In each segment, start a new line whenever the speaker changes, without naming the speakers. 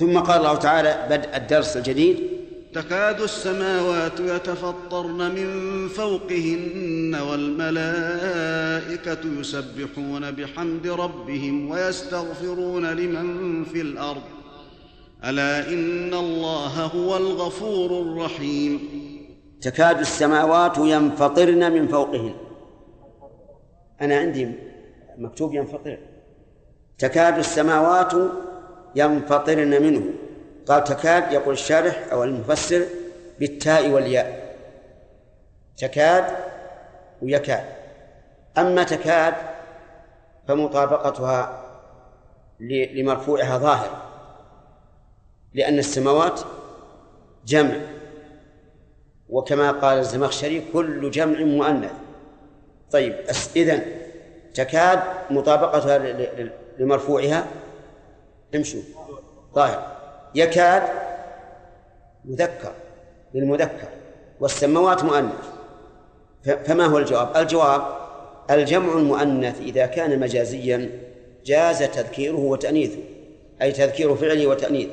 ثم قال الله تعالى بدء الدرس الجديد:
تكاد السماوات يتفطرن من فوقهن والملائكة يسبحون بحمد ربهم ويستغفرون لمن في الأرض ألا إن الله هو الغفور الرحيم.
تكاد السماوات ينفطرن من فوقهن. أنا عندي مكتوب ينفطر. تكاد السماوات ينفطرن منه. قال تكاد، يقول الشارح أو المفسر بالتاء والياء، تكاد ويكاد. أما تكاد فمطابقتها لمرفوعها ظاهر، لأن السماوات جمع، وكما قال الزمخشري كل جمع مؤنث. طيب، إذن تكاد مطابقتها لمرفوعها امشوا ظاهر. يكاد مذكر للمذكر، والسماوات مؤنث. فما هو الجواب؟ الجواب: الجمع المؤنث إذا كان مجازيا جاز تذكيره وتأنيثه، أي تذكير فعله وتأنيثه.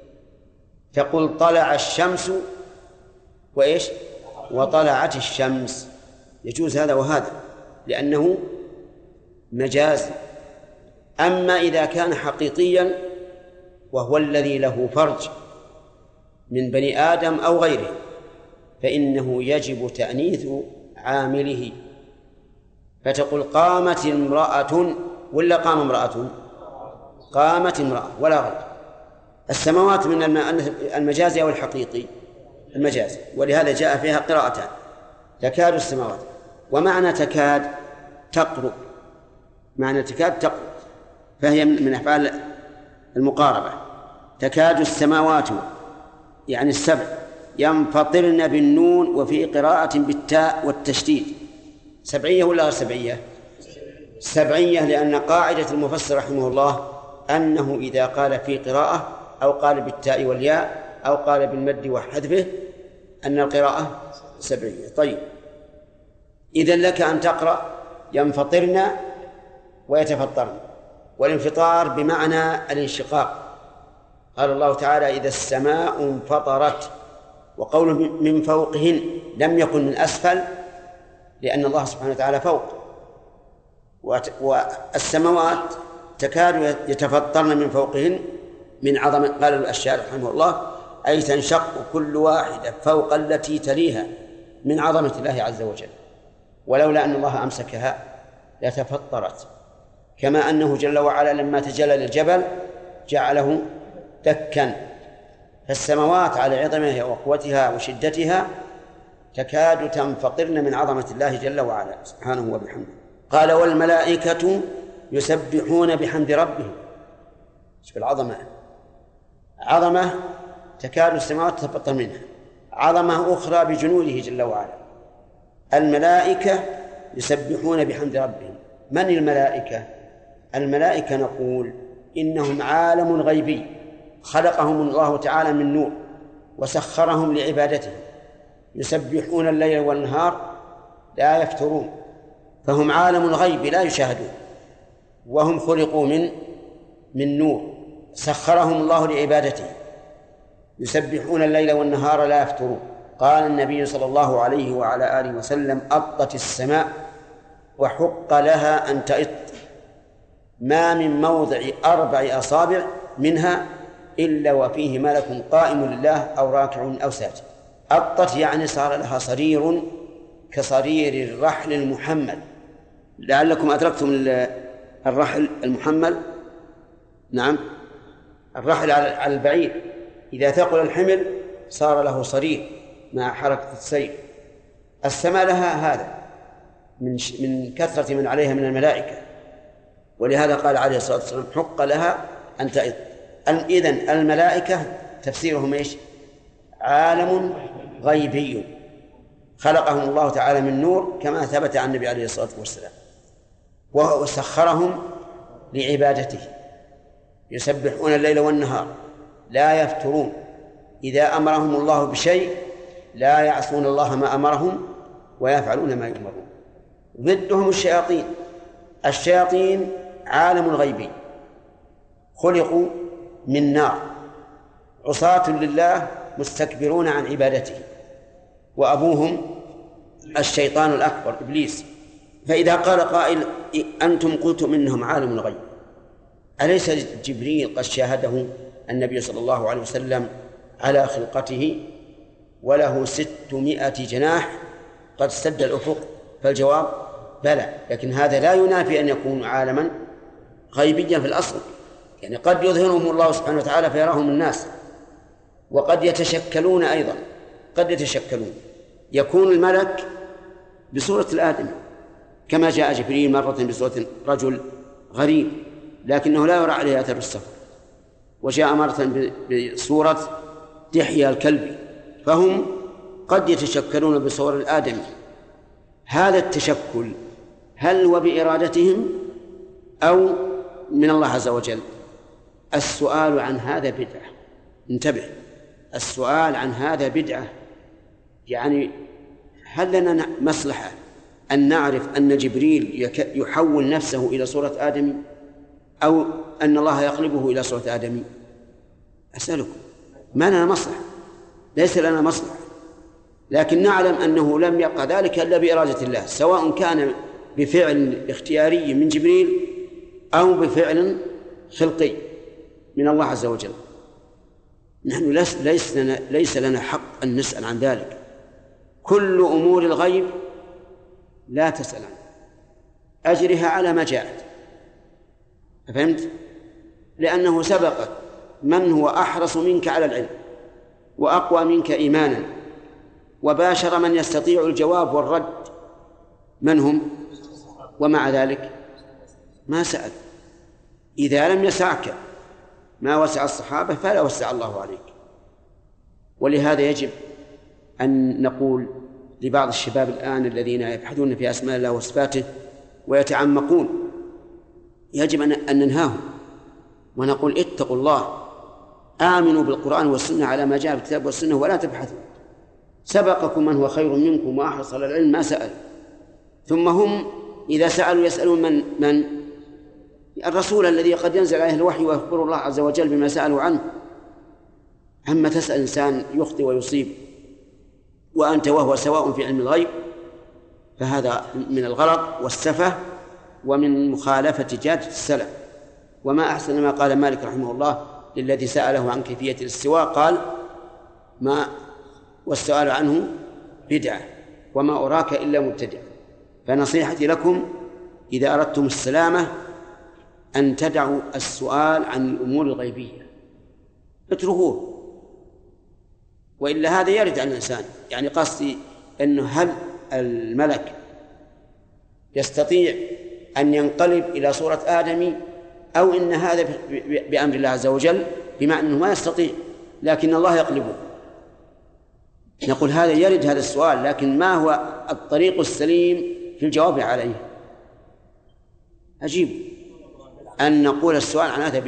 تقول طلع الشمس وإيش؟ وطلعت الشمس، يجوز هذا وهذا لأنه مجاز. أما إذا كان حقيقيا وهو الذي له فرج من بني آدم أو غيره فإنه يجب تأنيث عامله، فتقول قامت امرأة ولا قام امرأة؟ قامت امرأة ولا غير. السماوات من المجازي أو الحقيقي؟ المجازي، ولهذا جاء فيها قراءتان: تكاد السماوات. ومعنى تكاد تقرب، معنى تكاد تقرب، فهي من أفعال المقاربة. تكاد السماوات يعني السبع ينفطرن بالنون، وفي قراءة بالتاء والتشديد. سبعية ولا غير سبعية؟ سبعية، لأن قاعدة المفسر رحمه الله أنه إذا قال في قراءة أو قال بالتاء والياء أو قال بالمد وحذفه أن القراءة سبعية. طيب، إذن لك أن تقرأ ينفطرن ويتفطرن، والانفطار بمعنى الانشقاق. قال الله تعالى: إذا السماء انفطرت. وقوله من فوقهن لم يكن من أسفل، لأن الله سبحانه وتعالى فوق. والسماوات تكاد يتفطرن من فوقهن من عظمة. قال الشارح رحمه الله: أي تنشق كل واحدة فوق التي تليها من عظمة الله عز وجل، ولولا أن الله أمسكها لتفطرت. كما أنه جل وعلا لما تجلى للجبل جعله دكا. فالسماوات على عظمها وقوتها وشدتها تكاد تنفطرن من عظمة الله جل وعلا سبحانه وبحمده. قال: والملائكة يسبحون بحمد ربهم. شوف العظمة، عظمة تكاد السماوات تتفطر منها، عظمة أخرى بجنوده جل وعلا. الملائكة يسبحون بحمد ربهم. من الملائكة؟ الملائكة نقول إنهم عالم غيبي خلقهم الله تعالى من نور وسخرهم لعبادته، يسبحون الليل والنهار لا يفترون، فهم عالم الغيب لا يشاهدون، وهم خلقوا من نور سخرهم الله لعبادته، يسبحون الليل والنهار لا يفترون. قال النبي صلى الله عليه وعلى آله وسلم: أطت السماء وحق لها أن تئط، ما من موضع 4 أصابع منها إلا وفيه ملك قائم لله أو راكع أو ساجد. أطت يعني صار لها صرير كصرير الرحل المحمل. لعلكم أدركتم الرحل المحمل. نعم، الرحل على البعير إذا ثقل الحمل صار له صرير مع حركة السير. السماء لها هذا من كثرة من عليها من الملائكة، ولهذا قال عليه الصلاة والسلام: حق لها أن تئط. إذن الملائكة تفسيرهم إيش؟ عالم غيبي خلقهم الله تعالى من نور كما ثبت عن النبي عليه الصلاة والسلام، وسخرهم لعبادته، يسبحون الليل والنهار لا يفترون، إذا أمرهم الله بشيء لا يعصون الله ما أمرهم ويفعلون ما يؤمرون. ضدهم الشياطين. الشياطين عالم غيبي خلقوا من نار عصاة لله مستكبرون عن عبادته، وأبوهم الشيطان الأكبر إبليس. فإذا قال قائل أنتم قلتم إنهم عالم الغيب، أليس جبريل قد شاهده النبي صلى الله عليه وسلم على خلقته وله 600 جناح قد سد الأفق؟ فالجواب بلى، لكن هذا لا ينافي أن يكون عالما غيبيا في الأصل، يعني قد يظهرهم الله سبحانه وتعالى فيراهم الناس، وقد يتشكلون أيضا، قد يتشكلون، يكون الملك بصورة الآدم كما جاء جبريل مرة بصورة رجل غريب لكنه لا يرى عليه أثر السفر، وجاء مرة بصورة دحية الكلب، فهم قد يتشكلون بصور الآدم. هذا التشكل هل هو بإرادتهم أو من الله عز وجل؟ السؤال عن هذا بدعة، انتبه، السؤال عن هذا بدعة. يعني هل لنا مصلحة أن نعرف أن جبريل يحول نفسه إلى صورة آدم أو أن الله يقلبه إلى صورة آدمي؟ أسألكم، ما لنا مصلحة، ليس لنا مصلحة، لكن نعلم أنه لم يبقى ذلك إلا بإرادة الله، سواء كان بفعل اختياري من جبريل أو بفعل خلقي من الله عز وجل. نحن ليس لنا حق أن نسأل عن ذلك. كل أمور الغيب لا تسأل عنها، أجرها على ما جاءت، فهمت؟ لأنه سبقت من هو أحرص منك على العلم وأقوى منك إيمانا، وباشر من يستطيع الجواب والرد، من هم؟ ومع ذلك ما سأل. إذا لم يسعك ما وسع الصحابة فلا وسع الله عليك. ولهذا يجب أن نقول لبعض الشباب الآن الذين يبحثون في أسماء الله وصفاته ويتعمقون، يجب أن ننهاهم ونقول اتقوا الله، آمنوا بالقرآن والسنة على ما جاء بالكتاب والسنة ولا تبحثوا. سبقكم من هو خير منكم وأحرص على العلم ما سأل، ثم هم إذا سألوا يسألون من الرسول الذي قد ينزل عليه الوحي ويخبر الله عز وجل بما سألوا عنه. أما تسأل إنسان يخطئ ويصيب وأنت وهو سواء في علم الغيب، فهذا من الغلط والسفه ومن مخالفة جادة السلف. وما أحسن ما قال مالك رحمه الله للذي سأله عن كيفية الاستواء، قال ما والسؤال عنه بدعة وما أراك إلا مبتدع. فنصيحتي لكم إذا أردتم السلامة أن تدعوا السؤال عن الأمور الغيبية، اتركوه، وإلا هذا يرد على الإنسان. يعني قصدي أنه هل الملك يستطيع أن ينقلب إلى صورة آدمي أو إن هذا بأمر الله عز وجل، بمعنى أنه ما يستطيع لكن الله يقلبه؟ نقول هذا يرد هذا السؤال، لكن ما هو الطريق السليم في الجواب عليه؟ أجيب أن نقول السؤال عن هذا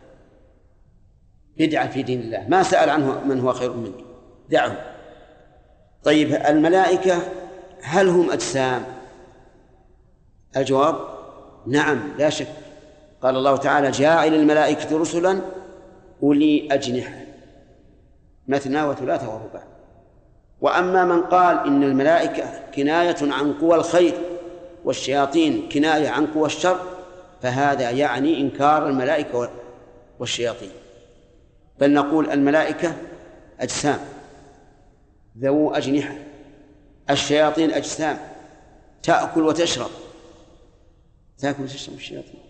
بدعة في دين الله، ما سأل عنه من هو خير منك، دعه. طيب الملائكة هل هم أجسام؟ الجواب نعم لا شك. قال الله تعالى جاعل الملائكة رسلا أولي أجنحة مثنى وثلاث ورباع. وأما من قال إن الملائكة كناية عن قوى الخير والشياطين كناية عن قوى الشر، فهذا يعني إنكار الملائكة والشياطين. بل نقول الملائكة أجسام ذو أجنحة، الشياطين أجسام تأكل وتشرب. تأكل وتشرب الشياطين؟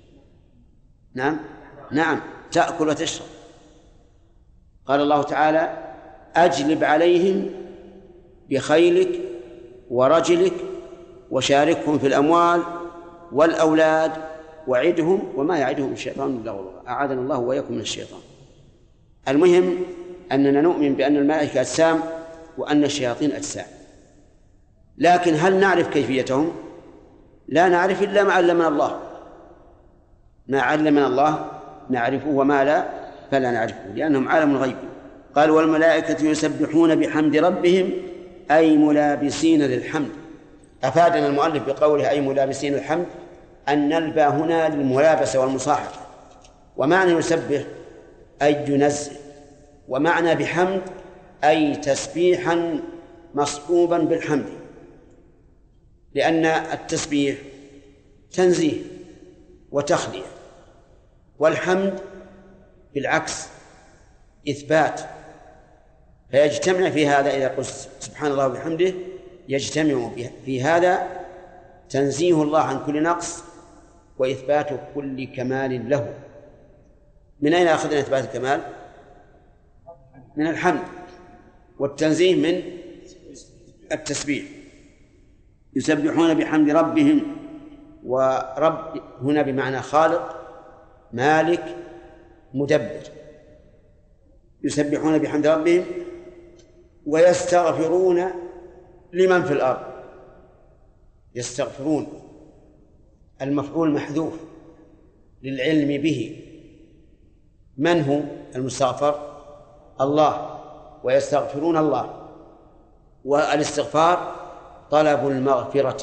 نعم تأكل وتشرب. قال الله تعالى أجلب عليهم بخيلك ورجلك وشاركهم في الأموال والأولاد وعدهم وما يعدهم الشيطان إلا غرورا. أعاذنا الله وإياكم من الشيطان. المهم أننا نؤمن بأن الملائكة أجسام وأن الشياطين أجسام، لكن هل نعرف كيفيتهم؟ لا نعرف إلا ما علمنا الله. ما علمنا الله نعرفه وما لا فلا نعرفه، لأنهم عالم الغيب. قال والملائكة يسبحون بحمد ربهم أي ملابسين للحمد. أفادنا المؤلف بقوله أي ملابسين الحمد أن نلبى هنا للملابسة والمصاحبة، ومعنى يسبح أي ينزه ومعنى بحمد أي تسبيحا مصحوبا بالحمد، لأن التسبيح تنزيه وتخلية، والحمد بالعكس إثبات. فيجتمع في هذا، إذا قلت سبحان الله وبحمده يجتمع في هذا تنزيه الله عن كل نقص وإثبات كل كمال له. من أين أخذنا إثبات الكمال؟ من الحمد، والتنزيه من التسبيح. يسبحون بحمد ربهم، ورب هنا بمعنى خالق مالك مدبر. يسبحون بحمد ربهم ويستغفرون لمن في الأرض. يستغفرون المفعول محذوف للعلم به. من هو المستغفر؟ الله. ويستغفرون الله، والاستغفار طلب المغفرة.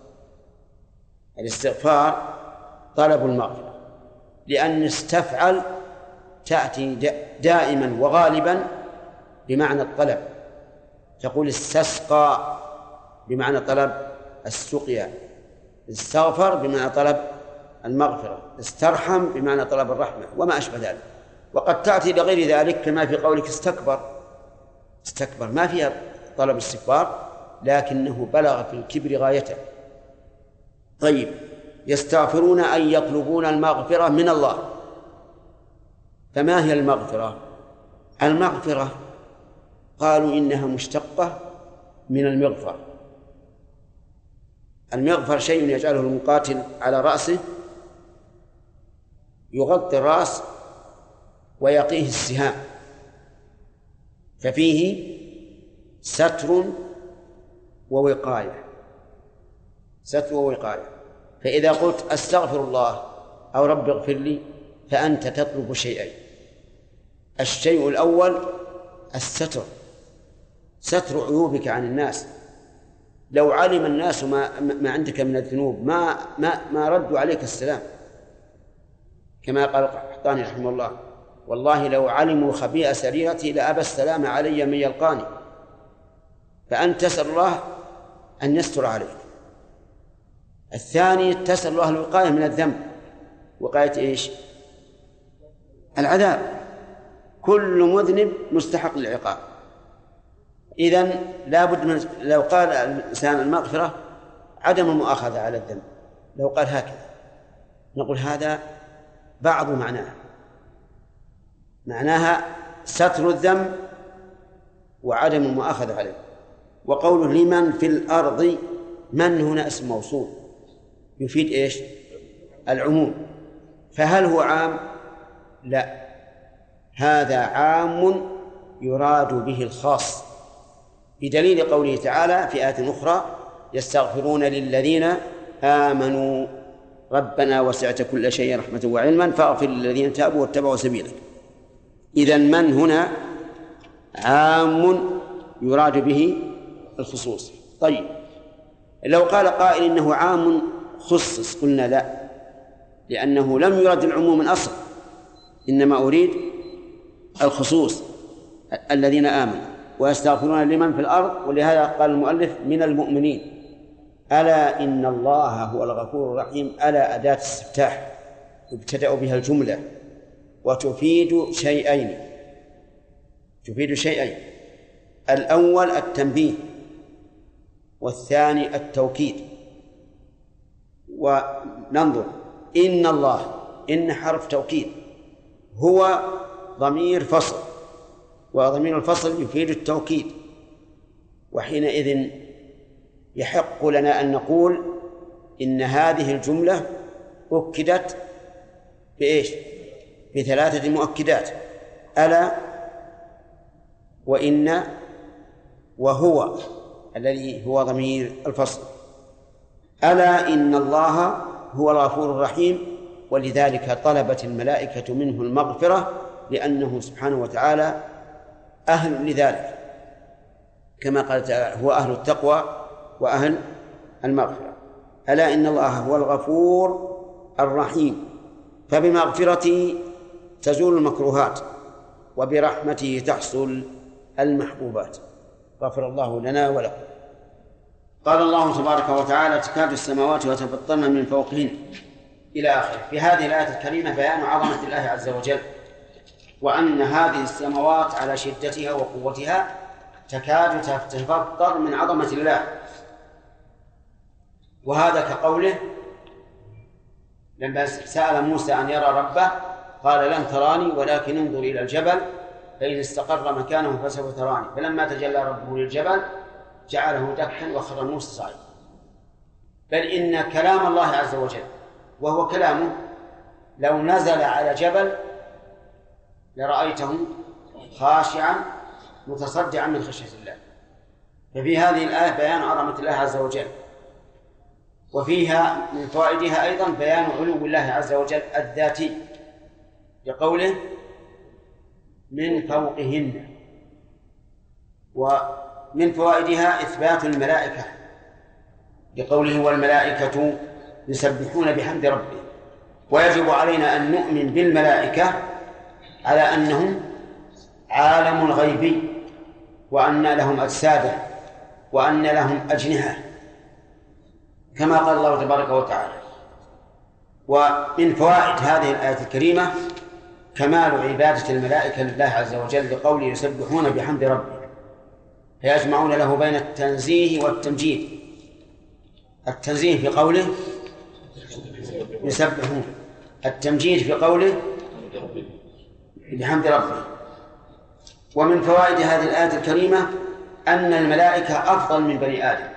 الاستغفار طلب المغفرة، لأن استفعل تأتي دائما وغالبا بمعنى الطلب. تقول استسقى بمعنى طلب السقيا، استغفر بمعنى طلب المغفرة، استرحم بمعنى طلب الرحمة، وما أشبه ذلك. وقد تأتي لغير ذلك كما في قولك استكبر. استكبر ما فيها طلب الاستكبار، لكنه بلغ في الكبر غايته. طيب، يستغفرون أن يطلبون المغفرة من الله. فما هي المغفرة؟ المغفرة قالوا إنها مشتقة من المغفر. المغفر شيء يجعله المقاتل على رأسه، يغطي الرأس ويقيه السهام، ففيه ستر ووقاية. ستر ووقاية. فإذا قلت أستغفر الله أو رب اغفر لي فأنت تطلب شيئين. الشيء الأول الستر، ستر عيوبك عن الناس. لو علم الناس ما عندك من الذنوب ما ردوا عليك السلام، كما قال القحطاني رحمه الله: والله لو علموا خبيئة سريرتي لأبى السلام علي من يلقاني. فأنت تسأل الله أن يستر عليك. الثاني تسأل الله الوقاية من الذنب. وقاية إيش؟ العذاب. كل مذنب مستحق للعقاب. إذن لا بد من، لو قال الإنسان المغفرة عدم المؤاخذة على الذنب، لو قال هكذا نقول هذا بعض معناها ستر الذنب وعدم المؤاخذة عليه. وقوله لمن في الأرض، من هنا اسم موصول يفيد إيش؟ العموم. فهل هو عام؟ لا، هذا عام يراد به الخاص، بدليل قوله تعالى في آية أخرى: يستغفرون للذين آمنوا ربنا وسعت كل شيء رحمة وعلما فاغفر للذين تابوا واتبعوا سبيلك. إذن من هنا عام يراد به الخصوص. طيب، لو قال قائل إنه عام خصص، قلنا لا، لأنه لم يرد العموم من أصل، إنما أريد الخصوص الذين آمنوا ويستغفرون لمن في الأرض. ولهذا قال المؤلف من المؤمنين. ألا إن الله هو الغفور الرحيم. ألا أداة استفتاح يبتدأ بها الجملة، وتفيد شيئين. الأول التنبيه، والثاني التوكيد. وننظر: إن الله، إن حرف توكيد، هو ضمير فصل، وضمير الفصل يفيد التوكيد. وحينئذ يحق لنا أن نقول إن هذه الجملة أكدت بإيش؟ بثلاثة مؤكدات: ألا، وإن، وهو الذي هو ضمير الفصل. ألا إن الله هو الغفور الرحيم، ولذلك طلبت الملائكة منه المغفرة، لأنه سبحانه وتعالى أهل لذلك، كما قال تعالى: هو أهل التقوى وأهل المغفرة. ألا إن الله هو الغفور الرحيم، فبمغفرته تزول المكروهات وبرحمته تحصل المحبوبات. غفر الله لنا ولكم. قال الله تبارك وتعالى: تكاد السماوات يتفطرن من فوقهن إلى آخره. في هذه الآية الكريمة بيان عظمة الله عز وجل، وأن هذه السماوات على شدتها وقوتها تكاد تتفطر من عظمة الله. وهذا كقوله لما سأل موسى أن يرى ربه قال: لن تراني ولكن انظر إلى الجبل فإن استقر مكانه فسوف تراني، فلما تجلى ربه للجبل جعله دكا وخر موسى صعيدا. بل إن كلام الله عز وجل وهو كلامه لو نزل على جبل لرأيته خاشعا متصدعا من خشية الله. ففي هذه الآية بيان عظمة الله عز وجل، وفيها من فوائدها أيضا بيان علو الله عز وجل الذاتي لقوله: من فوقهن. ومن فوائدها إثبات الملائكة لقوله: والملائكة يسبحون بحمد ربهم. ويجب علينا أن نؤمن بالملائكة على أنهم عالم غيبي، وأن لهم أجسادا، وأن لهم أجنحة، كما قال الله تبارك وتعالى. ومن فوائد هذه الآية الكريمة كمال عبادة الملائكة لله عز وجل لقوله: يسبحون بحمد ربهم، فيجمعون له بين التنزيه والتمجيد. التنزيه في قوله يسبحون، التمجيد في قوله بحمد ربهم. ومن فوائد هذه الآية الكريمة أن الملائكة أفضل من بني آدم،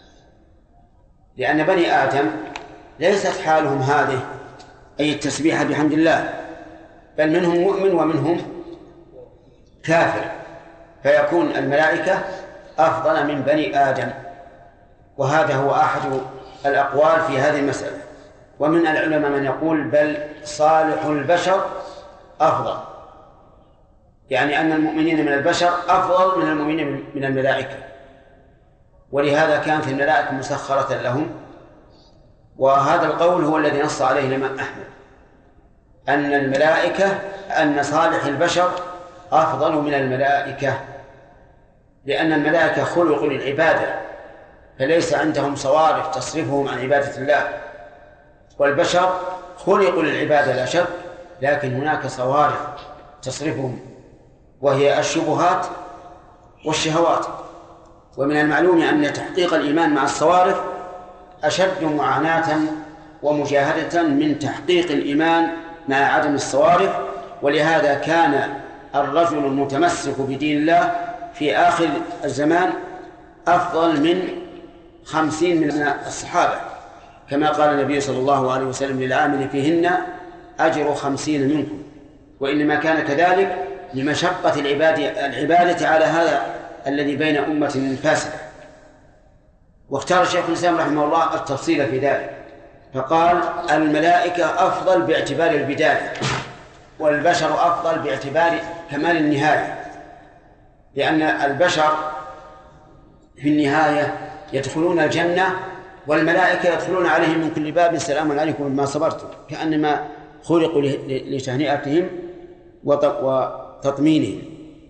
لأن بني آدم ليست حالهم هذه أي التسبيح بحمد الله، بل منهم مؤمن ومنهم كافر، فيكون الملائكة أفضل من بني آدم. وهذا هو أحد الأقوال في هذه المسألة. ومن العلماء من يقول بل صالح البشر أفضل، يعني أن المؤمنين من البشر أفضل من المؤمنين من الملائكة، ولهذا كانت الملائكة مسخرة لهم. وهذا القول هو الذي نص عليه الإمام أحمد، أن الملائكة أن صالح البشر أفضل من الملائكة، لأن الملائكة خلقوا للعبادة، فليس عندهم صوارف تصرفهم عن عبادة الله، والبشر خلقوا للعبادة لا شك، لكن هناك صوارف تصرفهم وهي الشبهات والشهوات. ومن المعلوم أن تحقيق الإيمان مع الصوارف أشد معاناة ومجاهدة من تحقيق الإيمان مع عدم الصوارف. ولهذا كان الرجل المتمسك بدين الله في آخر الزمان أفضل من 50 من الصحابة، كما قال النبي صلى الله عليه وسلم: للعامل فيهن أجر 50 منكم. وإنما كان كذلك لمشقة العبادة على هذا الذي بين أمة فاسدة. واختار الشيخ الإسلام رحمه الله التفصيل في ذلك، فقال: الملائكة أفضل باعتبار البداية، والبشر أفضل باعتبار كمال النهاية، لأن البشر في النهاية يدخلون الجنة، والملائكة يدخلون عليهم من كل باب: سلام عليكم بما صبرتم، كأنما خلقوا لتهنئتهم وتطمينهم.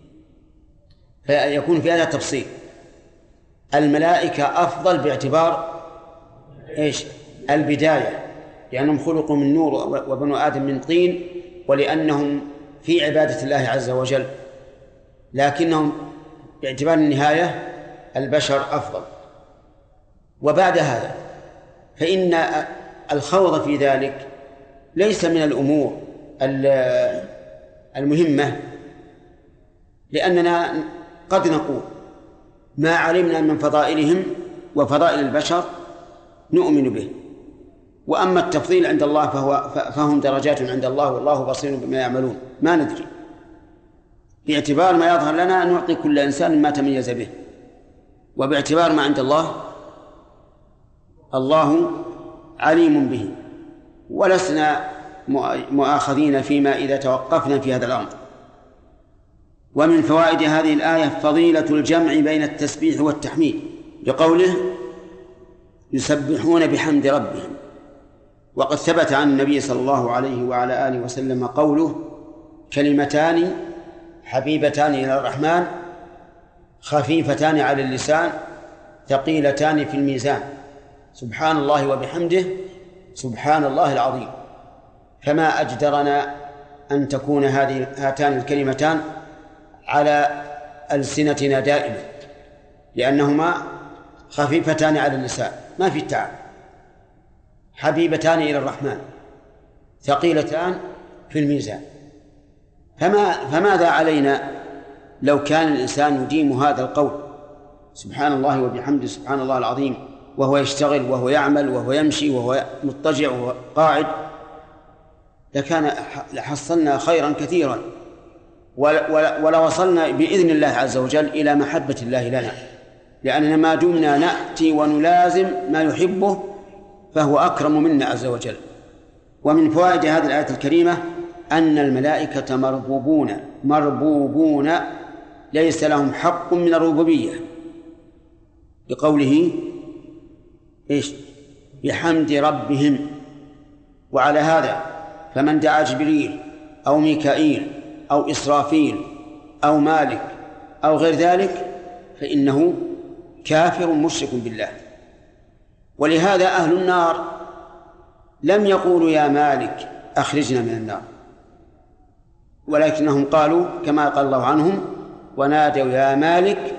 فيكون في هذا التفصيل الملائكة أفضل باعتبار البداية، لأنهم خلقوا من نور وبنو آدم من طين، ولأنهم في عبادة الله عز وجل. لكنهم باعتبار النهاية البشر أفضل. وبعد هذا فإن الخوض في ذلك ليس من الأمور المهمة، لأننا قد نقول ما علمنا من فضائلهم وفضائل البشر نؤمن به، وأما التفضيل عند الله فهم درجات عند الله، والله بصير بما يعملون، ما ندري. باعتبار ما يظهر لنا أن نعطي كل إنسان ما تميز به، وباعتبار ما عند الله الله عليم به، ولسنا مؤاخذين فيما إذا توقفنا في هذا الأمر. ومن فوائد هذه الآية فضيلة الجمع بين التسبيح والتحميد، لقوله يسبحون بحمد ربهم. وقد ثبت عن النبي صلى الله عليه وعلى آله وسلم قوله: كلمتان حبيبتان إلى الرحمن خفيفتان على اللسان ثقيلتان في الميزان سبحان الله وبحمده سبحان الله العظيم. فما أجدرنا أن تكون هاتان الكلمتان على ألسنتنا دائما، لأنهما خفيفتان على اللسان ما في التعب، حبيبتان إلى الرحمن ثقيلتان في الميزان. فماذا علينا لو كان الإنسان يديم هذا القول سبحان الله وبحمده سبحان الله العظيم وهو يشتغل وهو يعمل وهو يمشي وهو مضطجع وهو قاعد، لحصلنا خيرا كثيرا ولوصلنا بإذن الله عز وجل إلى محبة الله لنا، لأننا ما دمنا نأتي ونلازم ما يحبه فهو أكرم منا عز وجل. ومن فوائد هذه الآية الكريمة أن الملائكة مربوبون ليس لهم حق من الربوبية، بقوله بحمد ربهم. وعلى هذا فمن دعا جبريل أو ميكائيل أو إسرافيل أو مالك أو غير ذلك فإنه كافر مشرك بالله. ولهذا أهل النار لم يقولوا يا مالك أخرجنا من النار، ولكنهم قالوا كما قال الله عنهم ونادوا يا مالك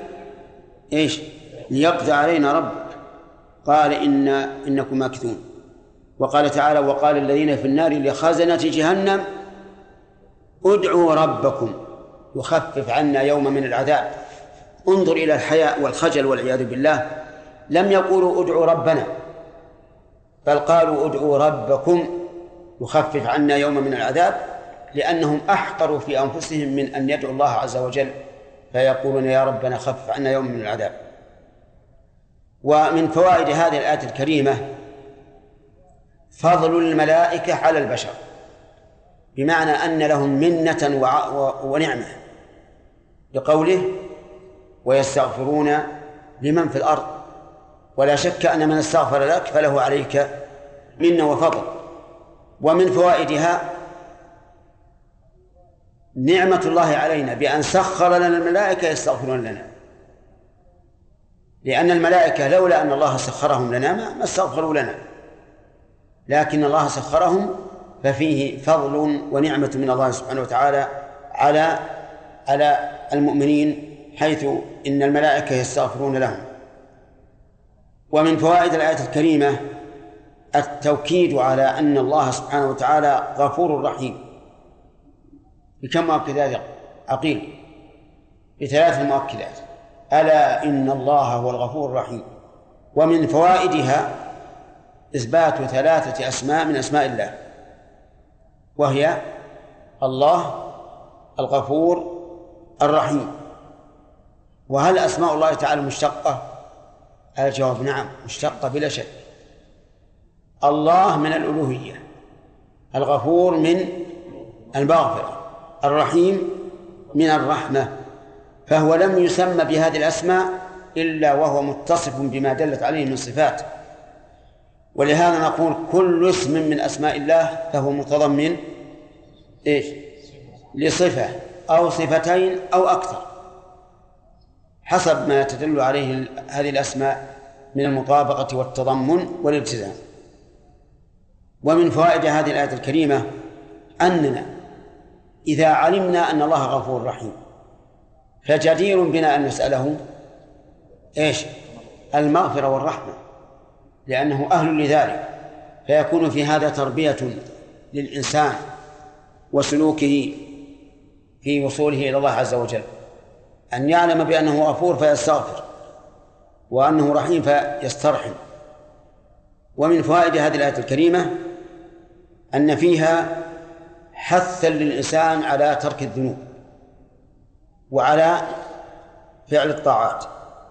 ليقضي علينا ربك قال إنكم ماكثون. وقال تعالى وقال الذين في النار لخزنة جهنم ادعوا ربكم يخفف عنا يوم من العذاب. انظر إلى الحياء والخجل والعياذ بالله، لم يقولوا ادعوا ربنا بل قالوا ادعوا ربكم يخفف عنا يوم من العذاب، لأنهم أحقروا في أنفسهم من أن يدعوا الله عز وجل فيقولون يا ربنا خفف عنا يوم من العذاب. ومن فوائد هذه الآية الكريمة فضل الملائكة على البشر، بمعنى أن لهم منة ونعمة، بقوله ويستغفرون لمن في الأرض. ولا شك أن من استغفر لك فله عليك منة وفضل. ومن فوائدها نعمة الله علينا بأن سخر لنا الملائكة يستغفرون لنا، لأن الملائكة لولا أن الله سخرهم لنا ما استغفروا لنا، لكن الله سخرهم ففيه فضل ونعمة من الله سبحانه وتعالى على المؤمنين، حيث إن الملائكة يستغفرون لهم. ومن فوائد الآية الكريمة التوكيد على أن الله سبحانه وتعالى غفور رحيم. بكم مؤكدات عقيل؟ بثلاث مؤكدات: ألا إن الله هو الغفور الرحيم. ومن فوائدها إثبات ثلاثة أسماء من أسماء الله، وهي الله الغفور الرحيم. وهل أسماء الله تعالى مشتقة؟ الجواب نعم مشتقة بلا شك. الله من الألوهية، الغفور من المغفرة، الرحيم من الرحمة، فهو لم يسمى بهذه الأسماء إلا وهو متصف بما دلت عليه من صفات. ولهذا نقول كل اسم من أسماء الله فهو متضمن لصفة أو صفتين أو أكثر حسب ما تدل عليه هذه الأسماء من المطابقة والتضمن والالتزام. ومن فوائد هذه الآية الكريمة أننا إذا علمنا أن الله غفور رحيم فجدير بنا أن نسأله المغفرة والرحمة، لأنه أهل لذلك، فيكون في هذا تربية للإنسان وسلوكه في وصوله إلى الله عز وجل، أن يعلم بأنه غفور فيستغفر وأنه رحيم فيسترحم. ومن فوائد هذه الآية الكريمة أن فيها حثا للإنسان على ترك الذنوب وعلى فعل الطاعات.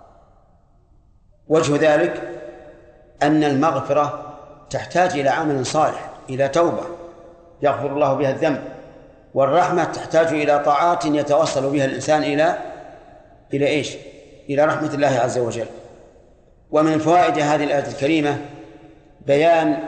وجه ذلك أن المغفرة تحتاج إلى عمل صالح، إلى توبة يغفر الله بها الذنب، والرحمة تحتاج إلى طاعات يتوصل بها الإنسان إلى رحمة الله عز وجل. ومن فوائد هذه الآية الكريمة بيان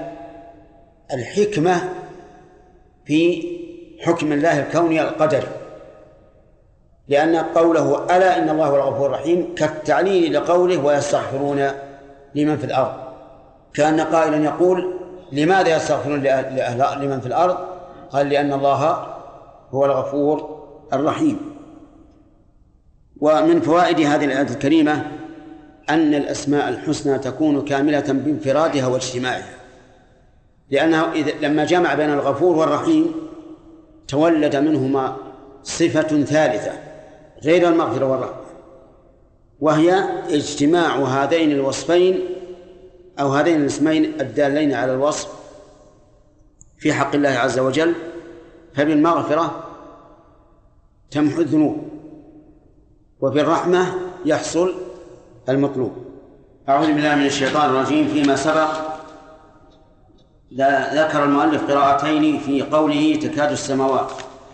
الحكمة في حكم الله الكوني القدري، لأن قوله ألا إن الله هو الغفور الرحيم كالتعليل لقوله ويستغفرون لمن في الأرض، كأن قائلا يقول لماذا يستغفرون لمن في الأرض؟ قال لأن الله هو الغفور الرحيم. ومن فوائد هذه الآية الكريمة أن الأسماء الحسنى تكون كاملة بانفرادها واجتماعها، لأنه لما جمع بين الغفور والرحيم تولد منهما صفة ثالثة غير المغفرة والرحمة، وهي اجتماع هذين الوصفين أو هذين الاسمين الدالين على الوصف في حق الله عز وجل، فبالمغفرة تمحو الذنوب وفي الرحمة يحصل المطلوب. أعوذ بالله من الشيطان الرجيم. فيما سبق ذكر المؤلف قراءتين في قوله تكاد السماوات.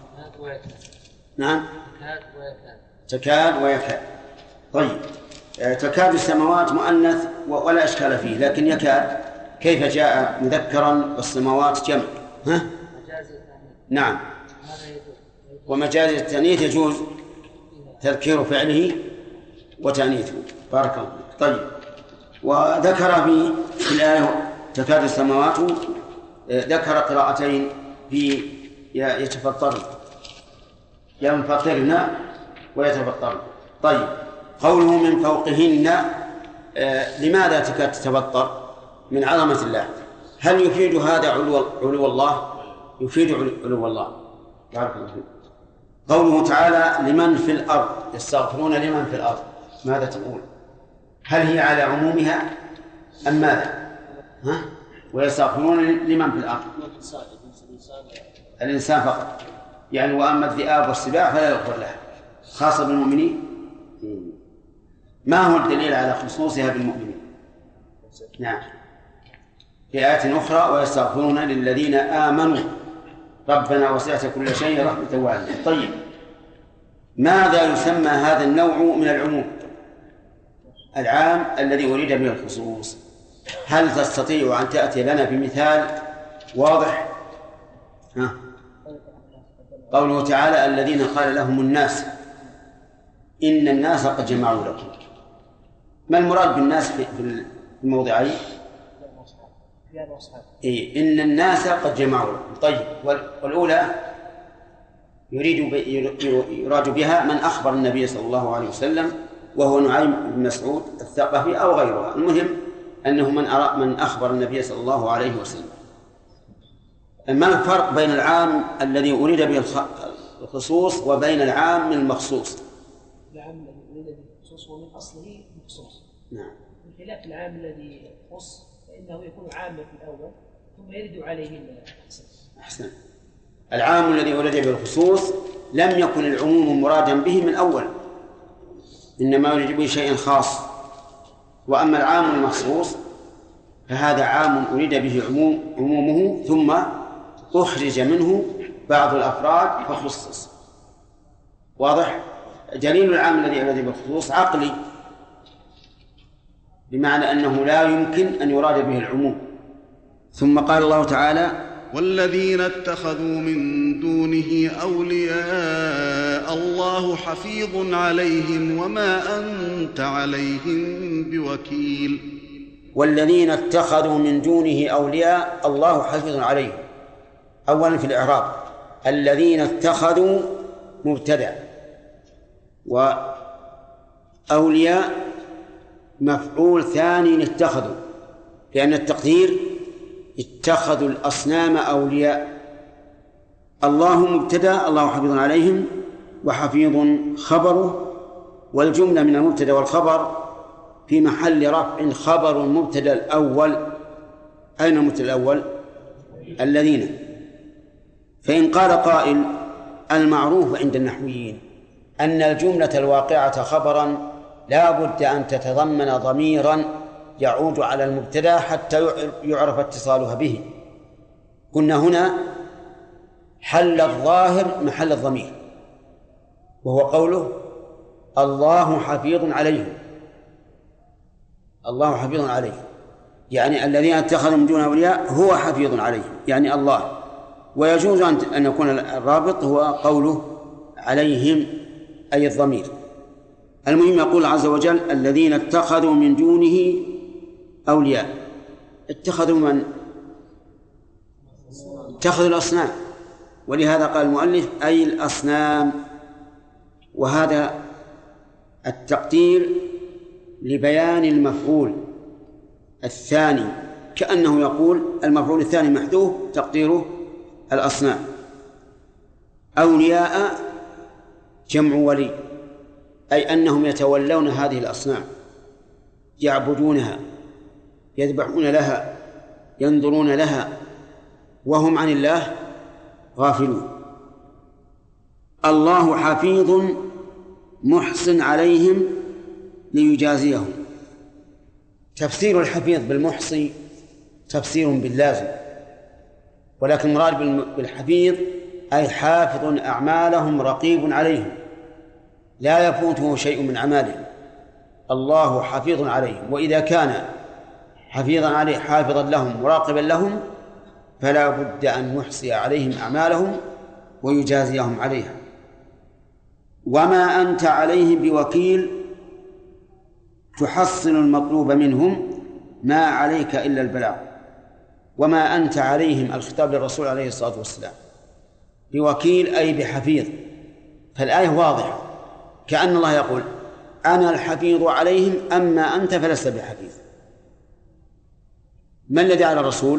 نعم تكاد ويكاد. طيب تكاد السماوات مؤنث ولا إشكال فيه، لكن يكاد كيف جاء مذكرا والسماوات جمع؟ نعم، ومجاز التأنيث يجوز تذكير فعله وتأنيثه. بارك الله. طيب وذكر في الآية تكاد السماوات ذكر قراءتين في يتفطرن، ينفطرن ويتفطرن. طيب قوله من فوقهن، لماذا تكاد تتفطر؟ من عظمة الله. هل يفيد هذا علو الله؟ يفيد علو الله. بارك الله فيك. قوله تعالى لمن في الأرض، يستغفرون لمن في الأرض، ماذا تقول؟ هل هي على عمومها أم ماذا؟ ويستغفرون لمن في الأرض؟ الإنسان فقط يعني، وأما الذئاب والسباع فلا يغفر لها، خاصة بالمؤمنين. ما هو الدليل على خصوصها بالمؤمنين؟ نعم في آية أخرى ويستغفرون للذين آمنوا ربنا وسعت كل شيء رحمة وعلما. طيب ماذا يسمى هذا النوع من العموم العام الذي أريد به الخصوص؟ هل تستطيع أن تأتي لنا بمثال واضح؟ قوله تعالى الذين قال لهم الناس إن الناس قد جمعوا لكم، ما المراد بالناس في الموضعين؟ إن الناس قد جمعوا لكم. طيب والأولى يراد بها من أخبر النبي صلى الله عليه وسلم وهو نعيم بن مسعود الثقفي أو غيرها، المهم أنه من أخبر النبي صلى الله عليه وسلم. ما الفرق بين العام الذي أريد به الخصوص وبين العام من المخصوص؟
العام الذي أريد به الخصوص هو من أصله مخصوص.
نعم.
بخلاف العام الذي يخص فإنه يكون عاما في الأول ثم يرد عليه الخصوص.
أحسن. العام الذي أريد به الخصوص لم يكن العموم مرادا به من أول، إنما يريد به شيء خاص. وأما العام المخصوص فهذا عام أريد به عمومه ثم أخرج منه بعض الأفراد فخصص. واضح؟ دليل العام الذي أريد به الخصوص عقلي، بمعنى أنه لا يمكن أن يراد به العموم. ثم قال الله تعالى
والذين اتخذوا من دونه أولياء الله حفيظ عليهم وما أنت عليهم بوكيل.
والذين اتخذوا من دونه أولياء الله حفيظ عليهم. أولا في الإعراب الذين اتخذوا مبتدأ، وأولياء مفعول ثاني اتخذوا، لأن التقدير اتخذوا الأصنام أولياء. الله مبتدأ الله حفيظ عليهم، وحفيظ خبره، والجملة من المبتدأ والخبر في محل رفع خبر المبتدأ الأول. أين المبتدأ الأول؟ الذين. فإن قال قائل المعروف عند النحويين أن الجملة الواقعة خبرا لا بد أن تتضمن ضميرا يعود على المبتدأ حتى يعرف اتصالها به. قلنا هنا حل الظاهر محل الضمير، وهو قوله الله حفيظ عليهم. الله حفيظ عليهم يعني الذين اتخذوا من دون أولياء هو حفيظ عليهم يعني الله. ويجوز أن يكون الرابط هو قوله عليهم أي الضمير. المهم يقول عز وجل الذين اتخذوا من دونه أولياء. اتخذوا من؟ اتخذوا الأصنام، ولهذا قال المؤلف أي الأصنام، وهذا التقدير لبيان المفعول الثاني، كأنه يقول المفعول الثاني محذوف تقديره الأصنام. أولياء جمع ولي، أي أنهم يتولون هذه الأصنام، يعبدونها، يذبحون لها، ينظرون لها، وهم عن الله غافلون. الله حفيظ محسن عليهم ليجازيهم. تفسير الحفيظ بالمحصي تفسير باللازم، ولكن المراد بالحفيظ أي حافظ أعمالهم رقيب عليهم لا يفوته شيء من أعمالهم. الله حفيظ عليهم، وإذا كان حافظا لهم مراقبا لهم فلا بد أن يحصي عليهم أعمالهم ويجازيهم عليها. وما أنت عليهم بوكيل تحصل المطلوب منهم، ما عليك إلا البلاغ. وما أنت عليهم الخطاب للرسول عليه الصلاة والسلام، بوكيل أي بحفيظ. فالآية واضحة، كأن الله يقول أنا الحفيظ عليهم أما أنت فلست بحفيظ. ما الذي على الرسول؟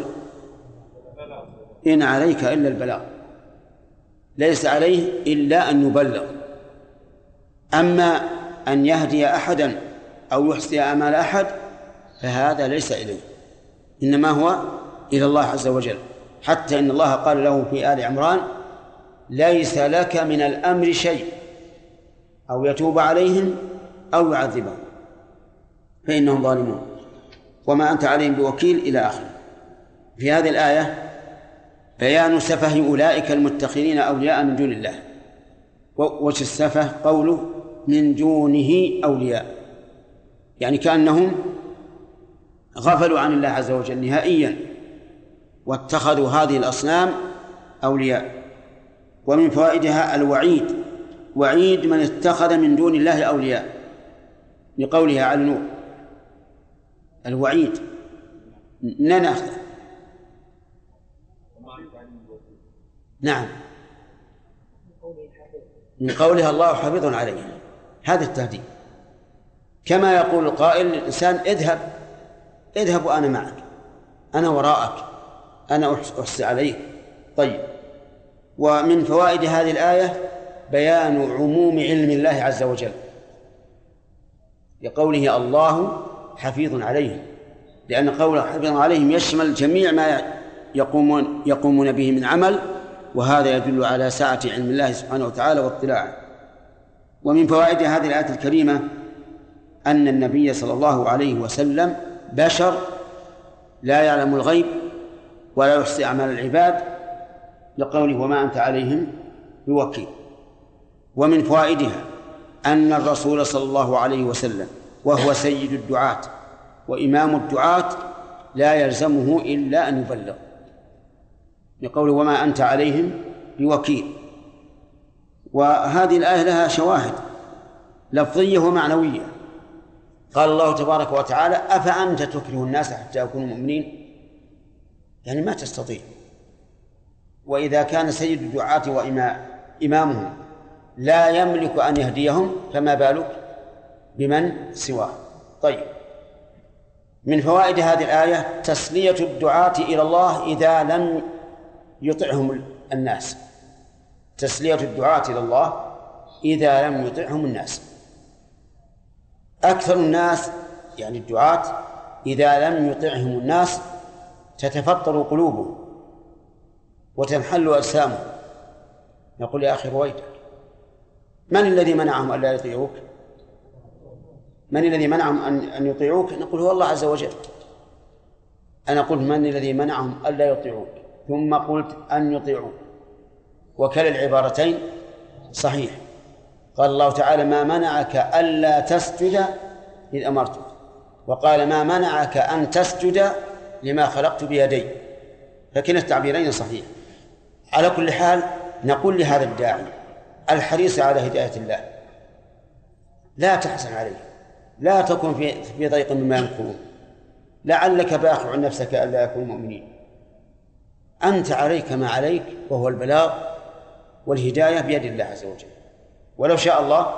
إن عليك إلا البلاغ، ليس عليه إلا أن يبلغ. أما أن يهدي أحدا أو يحصي أعمال أحد فهذا ليس إليه، إنما هو إلى الله عز وجل. حتى إن الله قال له في آل عمران ليس لك من الأمر شيء، أو يتوب عليهم أو يعذبهم فإنهم ظالمون. وما أنت عليهم بوكيل إلى آخره. في هذه الآية بيان سفه أولئك المتخذين أولياء من دون الله. وجه السفه قوله من دونه أولياء، يعني كأنهم غفلوا عن الله عز وجل نهائيا واتخذوا هذه الأصنام أولياء. ومن فوائدها الوعيد، وعيد من اتخذ من دون الله أولياء، لقولها على نور الوعيد نأخذ. نعم، من قولها الله حافظ عليهم، هذا التهديد. كما يقول القائل للإنسان اذهب وأنا معك، أنا وراءك، أنا أحصي عليك. طيب. ومن فوائد هذه الآية بيان عموم علم الله عز وجل، لقوله الله حفيظ عليهم، لأن قوله حفيظ عليهم يشمل جميع ما يقومون به من عمل، وهذا يدل على سعة علم الله سبحانه وتعالى واطلاعه. ومن فوائد هذه الآية الكريمة أن النبي صلى الله عليه وسلم بشر لا يعلم الغيب ولا يحصي أعمال العباد، لقوله وما أنت عليهم بوكيل. ومن فوائدها أن الرسول صلى الله عليه وسلم وهو سيد الدعاة وإمام الدعاة لا يلزمه إلا أن يبلغ، لقوله وما أنت عليهم بوكيل. وهذه الآية لها شواهد لفظية ومعنوية. قال الله تبارك وتعالى أفأنت تكره الناس حتى يكونوا مؤمنين، يعني ما تستطيع. وإذا كان سيد الدعاة وإمامهم لا يملك أن يهديهم فما بالك بمن سواه. طيب. من فوائد هذه الآية تسلية الدعاة إلى الله إذا لم يطعهم الناس، تسلية الدعاة إلى الله إذا لم يطعهم الناس. أكثر الناس يعني الدعاة إذا لم يطعهم الناس تتفطر قلوبهم وتنحل أجسامهم. يقول يا أخي رويتك، من الذي منعهم ألا يطيعوك؟ من الذي منعهم أن يطيعوك؟ نقول هو الله عز وجل. أنا قلت من الذي منعهم ألا يطيعوك، ثم قلت أن يطيعوك، وكلا العبارتين صحيح. قال الله تعالى ما منعك ألا تسجد إذ أمرتك، وقال ما منعك أن تسجد لما خلقت بيدي، فكلا التعبيرين صحيح. على كل حال نقول لهذا الداعي الحريص على هداية الله لا تحزن عليه، لا تكن في ضيق مما يمكرون، لعلك باخع نفسك ألا يكونوا مؤمنين. أنت عليك ما عليك، وهو البلاغ والهداية بيد الله عز وجل، ولو شاء الله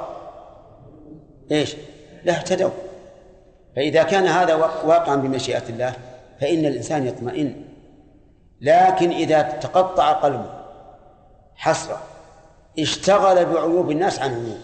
لاهتدوا. فإذا كان هذا واقعا بمشيئة الله فإن الإنسان يطمئن. لكن إذا تقطع قلبه حسرة اشتغل بعيوب الناس عن عيوبه.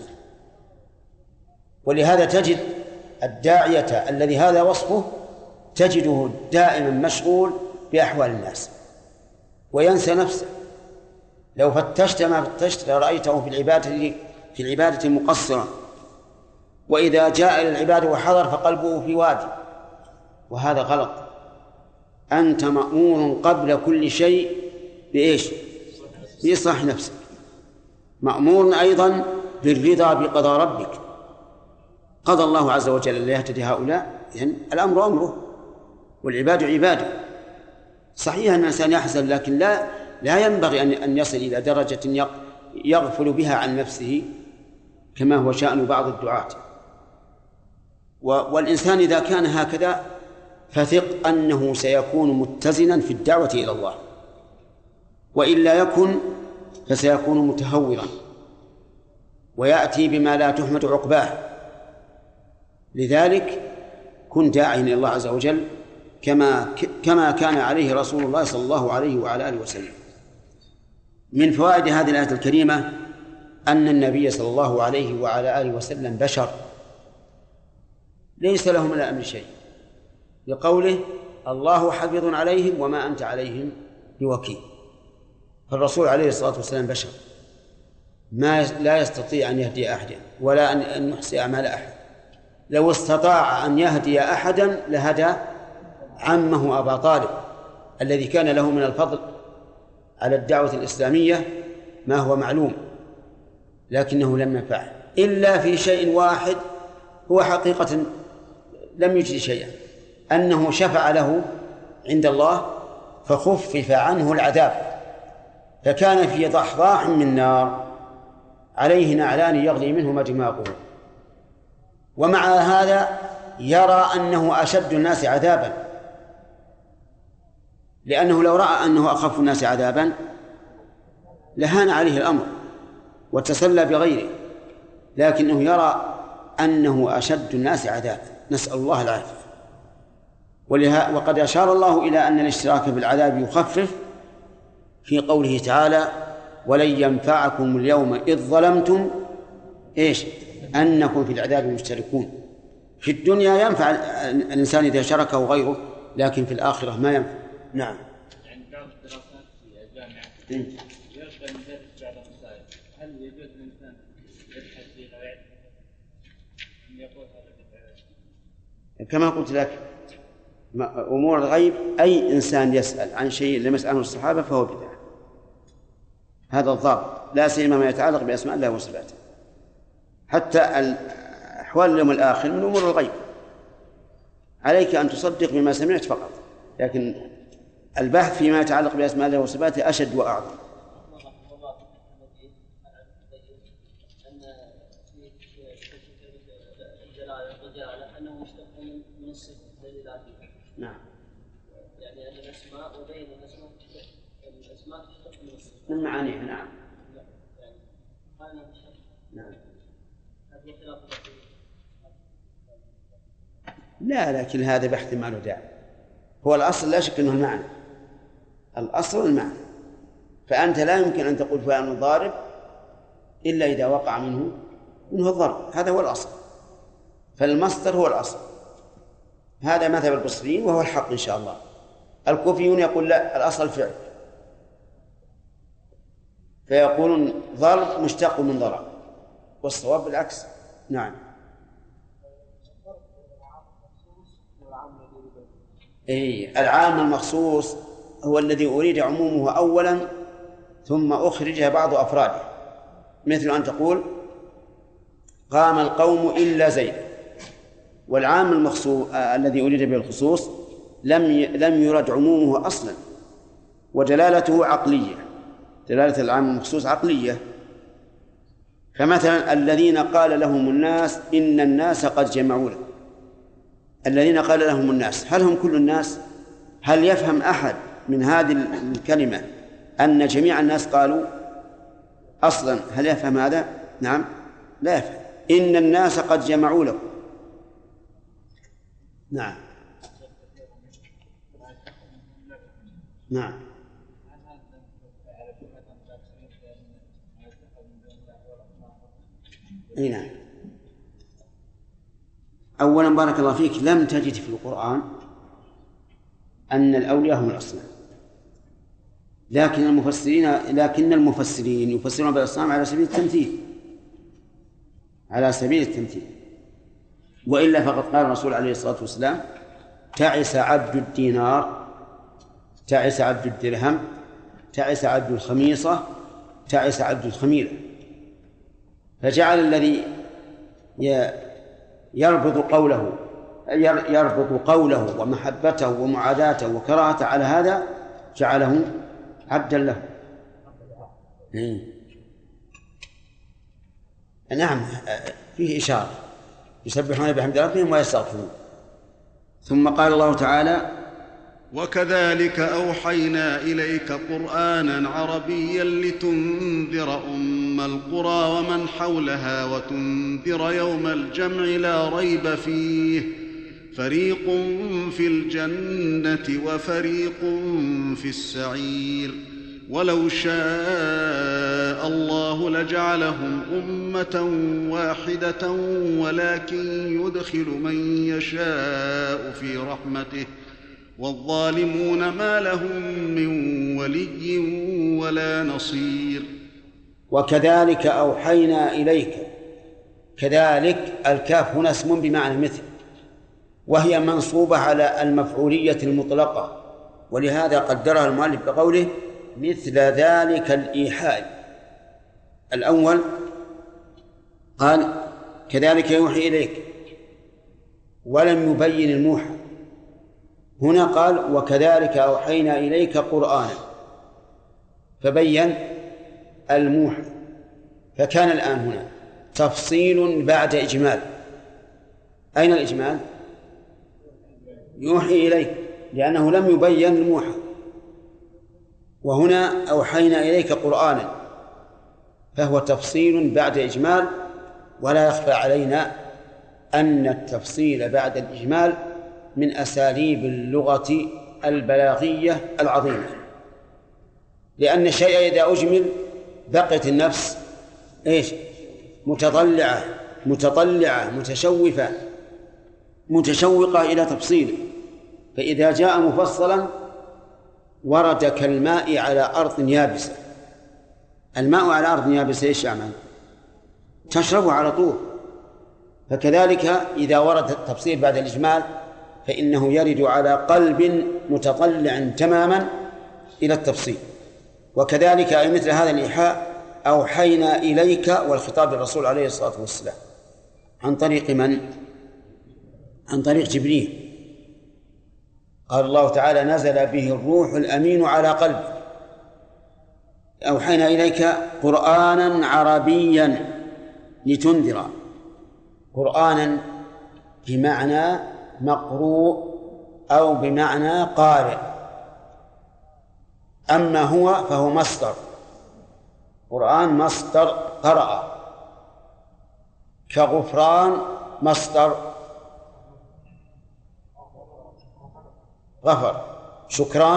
ولهذا تجد الداعية الذي هذا وصفه تجده دائما مشغول بأحوال الناس وينسى نفسه. لو فتشت ما فتشت لرأيته في العبادة مقصرا، وإذا جاء إلى العبادة وحضر فقلبه في وادي، وهذا غلط. أنت مأمور قبل كل شيء بإصلاح نفسك، مأمور أيضا بالرضا بقضاء ربك. قضى الله عز وجل أن يهتدي هؤلاء، يعني الأمر أمره والعباد عباده. صحيح أن الإنسان يحزن، لكن لا ينبغي أن يصل إلى درجة يغفل بها عن نفسه كما هو شأن بعض الدعاة. والإنسان إذا كان هكذا فثق أنه سيكون متزنا في الدعوة إلى الله، وإلا يكن فسيكون متهورا ويأتي بما لا تحمد عقباه. لذلك كن داعيا إلى الله عز وجل كما كان عليه رسول الله صلى الله عليه وعلى آله وسلم. من فوائد هذه الآية الكريمة أن النبي صلى الله عليه وعلى آله وسلم بشر ليس له من الأمر شيء، لقوله الله حفيظ عليهم وما أنت عليهم بوكيل. فالرسول عليه الصلاة والسلام بشر لا يستطيع أن يهدي أحدا ولا أن يحصي أعمال أحد. لو استطاع أن يهدي أحدا لهدى عمه أبا طالب الذي كان له من الفضل على الدعوة الإسلامية ما هو معلوم، لكنه لم ينفعه إلا في شيء واحد هو حقيقة لم يجد شيئا، أنه شفع له عند الله فخفف عنه العذاب، فكان في ضحضاح من نار عليه نعلان يغلي منهما دماغه، ومع هذا يرى أنه أشد الناس عذابا، لأنه لو رأى أنه أخف الناس عذابا لهان عليه الأمر وتسلى بغيره، لكنه يرى أنه أشد الناس عذابا، نسأل الله العافية. وقد أشار الله إلى أن الاشتراك بالعذاب يخفف في قوله تعالى ولن ينفعكم اليوم إذ ظلمتم أنكم في العذاب مشتركون. في الدنيا ينفع الإنسان إذا شركه غيره، لكن في الآخرة ما ينفع. نعم.
يعني بعض الدراسات في الجامعة يرجع من ذلك بعض المسائل، هل يجوز للإنسان يبحث في غير أن يقول هذا؟
كما قلت لك أمور الغيب أي إنسان يسأل عن شيء لم يسأله الصحابة فهو بدعة، هذا الضابط، لا سيما ما يتعلق بأسماء الله وصفاته. حتى أحوال اليوم الآخر من أمور الغيب، عليك أن تصدق بما سمعت فقط، لكن البحث فيما يتعلق بأسماء الله وصفاته أشد وأعظم. نعم.
يعني أن الأسماء وبين الأسماء تشتق من الصفات.
من معانيها. نعم.
يعني هذا
نعم.
هذا خلاف.
لا، لكن هذا بحث ما له داعي. هو الأصل لا شك أنه المعنى، الأصل المعنى، فأنت لا يمكن أن تقول فلان ضارب إلا إذا وقع منه الضرب، هذا هو الأصل، فالمصدر هو الأصل. هذا مذهب البصريين وهو الحق إن شاء الله. الكوفيون يقول لا، الأصل فعل، فيقولون ضرب مشتق من ضرب، والصواب بالعكس. نعم. العام المخصوص هو الذي أريد عمومه أولا ثم أخرج بعض أفراده، مثل أن تقول قام القوم إلا زيد، والعام المخصوص الذي أريد به الخصوص لم يرد عمومه أصلا، ودلالته عقلية، دلالة العام المخصوص عقلية، فمثلا الذين قال لهم الناس إن الناس قد جمعوا لكم، الذين قال لهم الناس، هل هم كل الناس؟ هل يفهم أحد من هذه الكلمة أن جميع الناس قالوا أصلا؟ هل يفهم هذا؟ نعم لا يفهم. إن الناس قد جمعوا لكم. نعم نعم. أي نعم. أولا بارك الله فيك، لم تجد في القرآن أن الأولياء هم الأصنام، لكن المفسرين يفسرون بالأصنام على سبيل التمثيل، على سبيل التمثيل. وإلا فقد قال الرسول عليه الصلاة والسلام: تعس عبد الدينار، تعس عبد الدرهم، تعس عبد الخميصة، تعس عبد الخميلة. فجعل الذي يربط قوله ومحبته ومعاداته وكراهته على هذا، جعله عبدا له. نعم فيه إشارة: يسبحون بحمد ربهم ويستغفرون. ثم قال الله تعالى:
وكذلك أوحينا إليك قرآنا عربيا لتنذر أم القرى ومن حولها وتنذر يوم الجمع لا ريب فيه فريق في الجنة وفريق في السعير ولو شاء الله لجعلهم أمة واحدة ولكن يدخل من يشاء في رحمته والظالمون ما لهم من ولي ولا نصير.
وكذلك أوحينا إليك. كذلك الكاف هنا اسم بمعنى مثل، وهي منصوبة على المفعولية المطلقة، ولهذا قدرها المؤلف بقوله: مثل ذلك الإيحاء. الأول قال كذلك يوحي إليك ولم يبين الموحى، هنا قال وكذلك أوحينا إليك قرآنا فبين الموحى. فكان الآن هنا تفصيل بعد إجمال. أين الإجمال؟ يوحي إليك، لأنه لم يبين الموحى، وهنا أوحينا إليك قرآنا، فهو تفصيل بعد إجمال. ولا يخفى علينا أن التفصيل بعد الإجمال من أساليب اللغة البلاغية العظيمة، لأن الشيء إذا أجمل بقيت النفس متطلعة متشوقة إلى تفصيله، فإذا جاء مفصلا ورد كالماء على أرض يابسة. الماء على أرض يابسة إيش يعمل؟ تشربه على طول. فكذلك إذا ورد التفصيل بعد الإجمال فإنه يرد على قلب متطلع تماما إلى التفصيل. وكذلك أي مثل هذا الإيحاء أوحينا إليك، والخطاب للرسول عليه الصلاة والسلام عن طريق من؟ عن طريق جبريل. قال الله تعالى: نزل به الروح الأمين على قلبك. أوحينا إليك قرآنا عربيا لتنذر. قرآنا بمعنى مقروء أو بمعنى قارئ، أما هو فهو مصدر. قرآن مصدر قرأ، كغفران مصدر غفر، شكران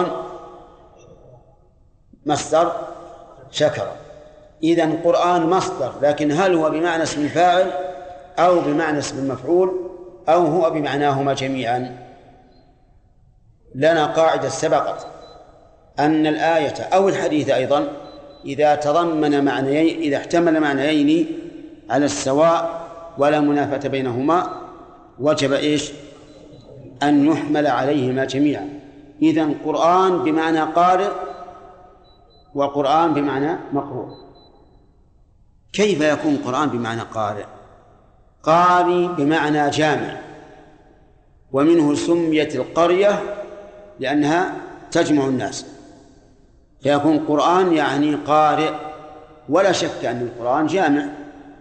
مصدر شكر. إذن قرآن مصدر، لكن هل هو بمعنى اسم الفاعل أو بمعنى اسم المفعول أو هو بمعناهما جميعا؟ لنا قاعدة سبقت أن الآية أو الحديث أيضا إذا تضمن معنيين، إذا احتمل معنيين على السواء ولا منافاة بينهما، وجب أن يحمل عليهما جميعا. إذن قرآن بمعنى قارئ وقرآن بمعنى مقروء. كيف يكون قرآن بمعنى قارئ؟ قارئ بمعنى جامع، ومنه سميت القرية لأنها تجمع الناس، فيكون قرآن يعني قارئ. ولا شك أن القرآن جامع،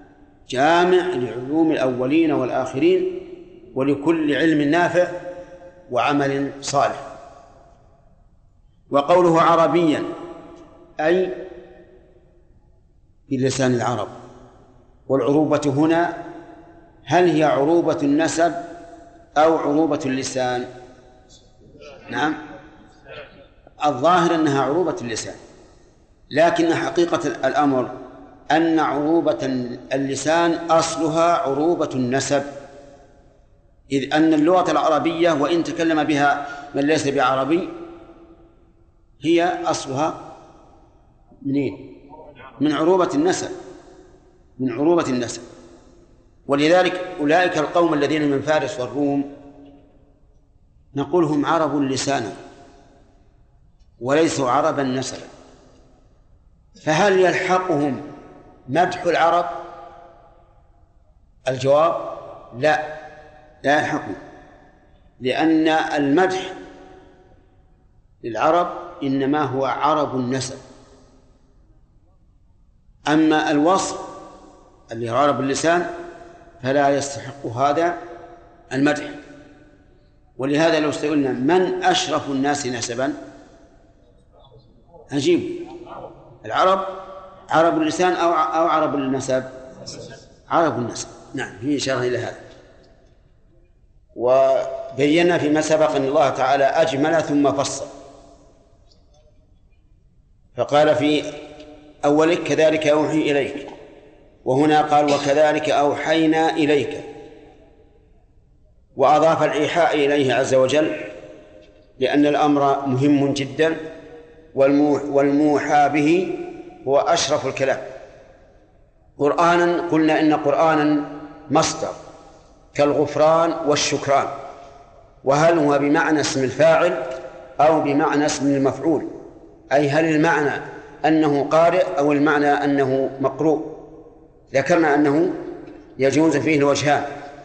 جامع لعلوم الأولين والآخرين ولكل علم نافع وعمل صالح. وقوله عربيا أي بلسان العرب. والعروبة هنا هل هي عروبة النسب أو عروبة اللسان؟ نعم، الظاهر أنها عروبة اللسان، لكن حقيقة الأمر أن عروبة اللسان أصلها عروبة النسب، إذ أن اللغة العربية وإن تكلم بها من ليس بعربي هي أصلها منين؟ من عروبة النسب، من عروبة النسب. ولذلك أولئك القوم الذين من فارس والروم نقول هم عرب لسانا وليسوا عربا نسبا. فهل يلحقهم مدح العرب؟ الجواب لا يلحقهم، لأن المدح للعرب إنما هو عرب النسب، أما الوصف اللي هو عرب اللسان فلا يستحق هذا المدح. ولهذا لو سئلنا من أشرف الناس نسبا أجيب العرب، عرب اللسان أو عرب النسب؟ عرب النسب. نعم، في إشارة إلى هذا. وبينا فيما سبق أن الله تعالى أجمل ثم فصل، فقال في أولك كذلك أوحي إليك، وهنا قال وكذلك أوحينا إليك، وأضاف الإيحاء إليه عز وجل لأن الأمر مهم جدا، والموحى به هو أشرف الكلام. قرآنا قلنا إن قرآنا مصدر كالغفران والشكران، وهل هو بمعنى اسم الفاعل أو بمعنى اسم المفعول؟ أي هل المعنى أنه قارئ أو المعنى أنه مقروء؟ ذكرنا أنه يجوز فيه الوجهان.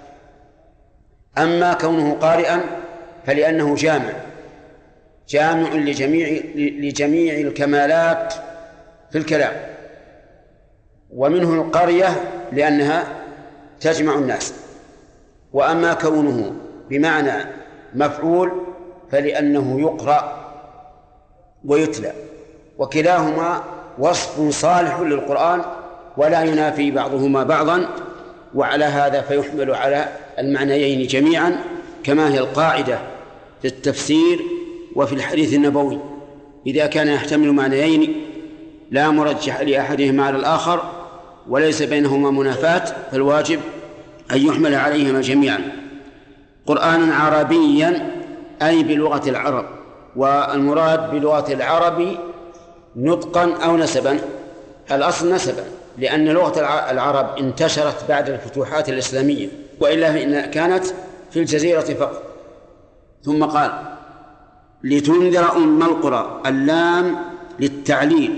أما كونه قارئا فلأنه جامع لجميع الكمالات في الكلام، ومنه القرية لأنها تجمع الناس. وأما كونه بمعنى مفعول فلأنه يقرأ ويتلى، وكلاهما وصف صالح للقرآن ولا ينافي بعضهما بعضا، وعلى هذا فيحمل على المعنيين جميعا كما هي القاعدة في التفسير وفي الحديث النبوي، إذا كان يحتمل معنيين لا مرجح لأحدهما على الآخر وليس بينهما منافاة فالواجب أن يحمل عليهما جميعا. قرآنا عربيا أي بلغة العرب، والمراد بلغة العرب نطقا أو نسبا؟ الأصل نسبا، لأن لغة العرب انتشرت بعد الفتوحات الإسلامية، وإلا فإن كانت في الجزيرة فقط. ثم قال لتنذر أم القرى، اللام للتعليل.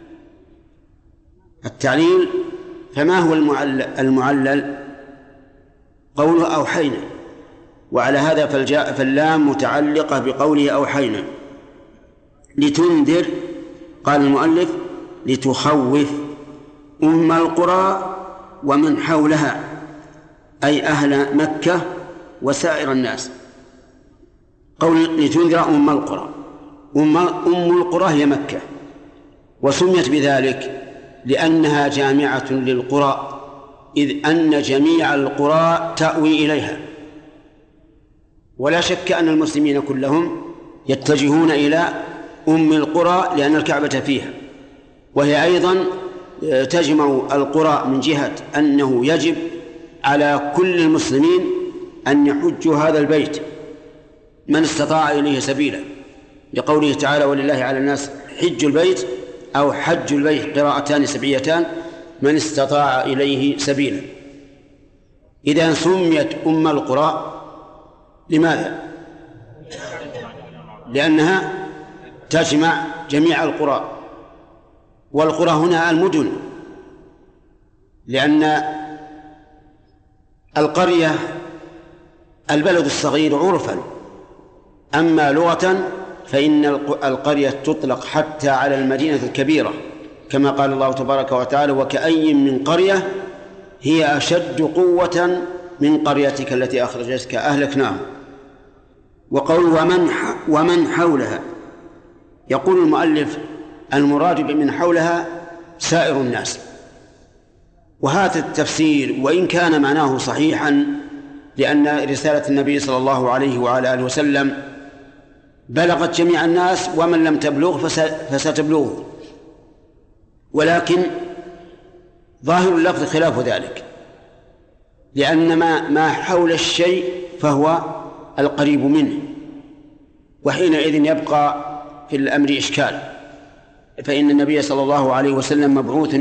التعليل فما هو المعلل؟ قوله أوحينا، وعلى هذا فاللام متعلقة بقوله أوحينا. لتنذر قال المؤلف لتخوف أم القرى ومن حولها، أي أهل مكة وسائر الناس. قول لتنذر أم القرى، أم القرى هي مكة، وسميت بذلك لأنها جامعة للقرى، إذ أن جميع القرى تأوي إليها. ولا شك أن المسلمين كلهم يتجهون إلى أم القرى لأن الكعبة فيها، وهي أيضا تجمع القرى من جهة أنه يجب على كل المسلمين أن يحجوا هذا البيت من استطاع إليه سبيلا، لقوله تعالى ولله على الناس حج البيت أو حج البيت، قراءتان سبعيتان، من استطاع إليه سبيلا. إذا سميت أم القرى لماذا؟ لأنها تجمع جميع القرى، والقرى هنا المدن، لأن القرية البلد الصغير عرفا، أما لغة فإن القرية تطلق حتى على المدينة الكبيرة، كما قال الله تبارك وتعالى وكأي من قرية هي أشد قوة من قريتك التي أخرجتك أهلكناهم. وقول ومن حولها، يقول المؤلف المراد بمن حولها سائر الناس. وهذا التفسير وإن كان معناه صحيحا، لأن رسالة النبي صلى الله عليه وعلى آله وسلم بلغت جميع الناس، ومن لم تبلغ فستبلغه، ولكن ظاهر اللفظ خلاف ذلك، لأن ما حول الشيء فهو القريب منه، وحينئذ يبقى في الأمر إشكال، فإن النبي صلى الله عليه وسلم مبعوث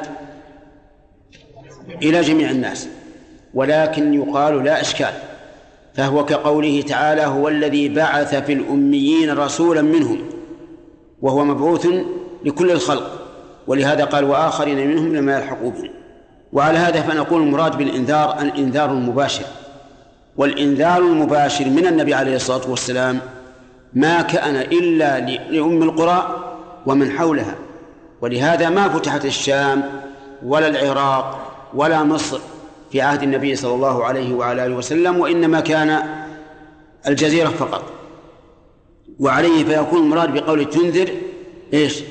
إلى جميع الناس، ولكن يقال لا إشكال، فهو كقوله تعالى هو الذي بعث في الأميين رسولا منهم، وهو مبعوث لكل الخلق، ولهذا قال وآخرين منهم لما يلحقوا بهم. وعلى هذا فنقول المراد بالإنذار الإنذار المباشر، والإنذار المباشر من النبي عليه الصلاة والسلام ما كان إلا لأم القرى ومن حولها، ولهذا ما فتحت الشام ولا العراق ولا مصر في عهد النبي صلى الله عليه وعلى آله وسلم، وإنما كان الجزيرة فقط. وعليه فيكون المراد بقول تنذر إيش؟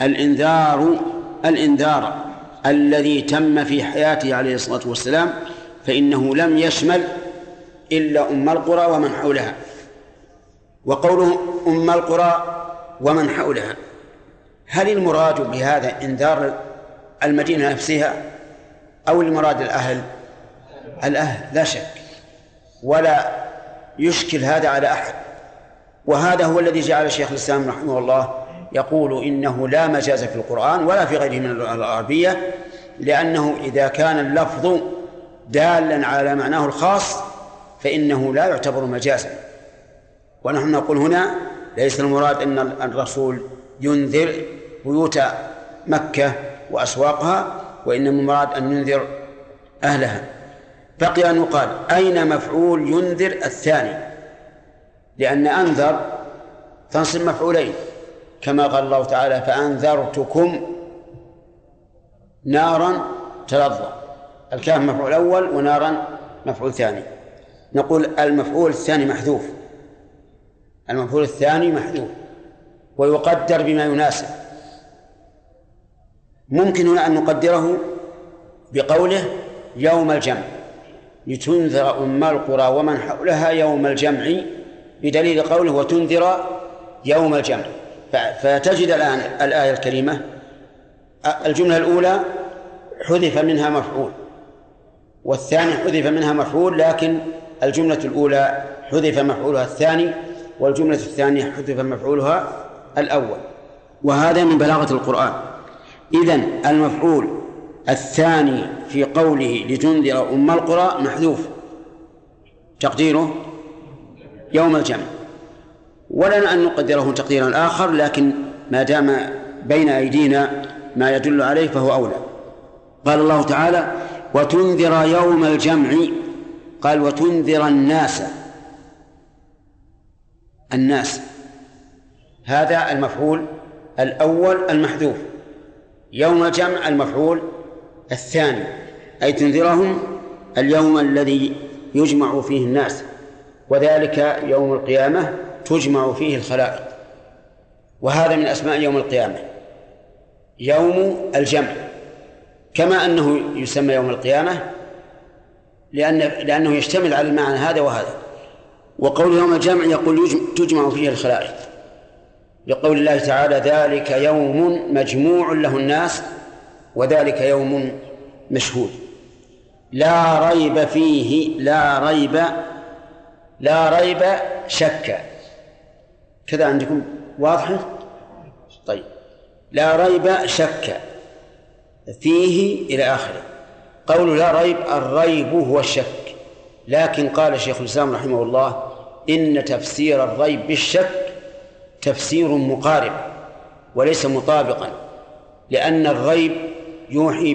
الإنذار الذي تم في حياته عليه الصلاة والسلام، فإنه لم يشمل إلا أم القرى ومن حولها. وقوله أم القرى ومن حولها، هل المراد بهذا إنذار المدينة نفسها أو المراد الأهل لا شك، ولا يشكل هذا على أحد. وهذا هو الذي جعل شيخ الإسلام رحمه الله يقول إنه لا مجاز في القرآن ولا في غيره من العربية، لأنه إذا كان اللفظ دالا على معناه الخاص فإنه لا يعتبر مجازا. ونحن نقول هنا ليس المراد أن الرسول ينذر بيوت مكة وأسواقها، وإنما المراد أن ينذر أهلها. بقي أن يقال أين مفعول ينذر الثاني، لأن أنذر تنصب مفعولين، كما قال الله تعالى فأنذرتكم نارا تلظى، الكاف مفعول أول ونارا مفعول ثاني. نقول المفعول الثاني محذوف، المفعول الثاني محذوف ويقدر بما يناسب. ممكن هنا أن نقدره بقوله يوم الجمع، لتنذر أم القرى ومن حولها يوم الجمع، بدليل قوله وتنذر يوم الجمع. فتجد الآن الآية الكريمة الجملة الأولى حذف منها مفعول، والثاني حذف منها مفعول، لكن الجملة الأولى حذف مفعولها الثاني، والجملة الثانية حذف مفعولها الأول. وهذا من بلاغة القرآن. إذن المفعول الثاني في قوله لتنذر أم القرى محذوف، تقديره يوم الجمع، ولنا أن نقدره تقديرا آخر، لكن ما دام بين أيدينا ما يدل عليه فهو أولى. قال الله تعالى وتنذر يوم الجمع، قال وتنذر الناس، هذا المفعول الأول المحذوف، يوم الجمع المفعول الثاني، أي تنذرهم اليوم الذي يجمع فيه الناس، وذلك يوم القيامة تجمع فيه الخلائق. وهذا من أسماء يوم القيامة يوم الجمع، كما أنه يسمى يوم القيامة لأنه يشتمل على المعنى هذا وهذا. وقول يوم الجمع يقول تجمع فيه الخلائق، لقول الله تعالى ذلك يوم مجموع له الناس وذلك يوم مشهود. لا ريب فيه، لا ريب شك، كذا عندكم واضحة؟ طيب، لا ريب شك فيه إلى آخره. قول لا ريب، الريب هو الشك، لكن قال شيخ الإسلام رحمه الله إن تفسير الريب بالشك تفسير مقارب وليس مطابقا، لأن الريب يوحي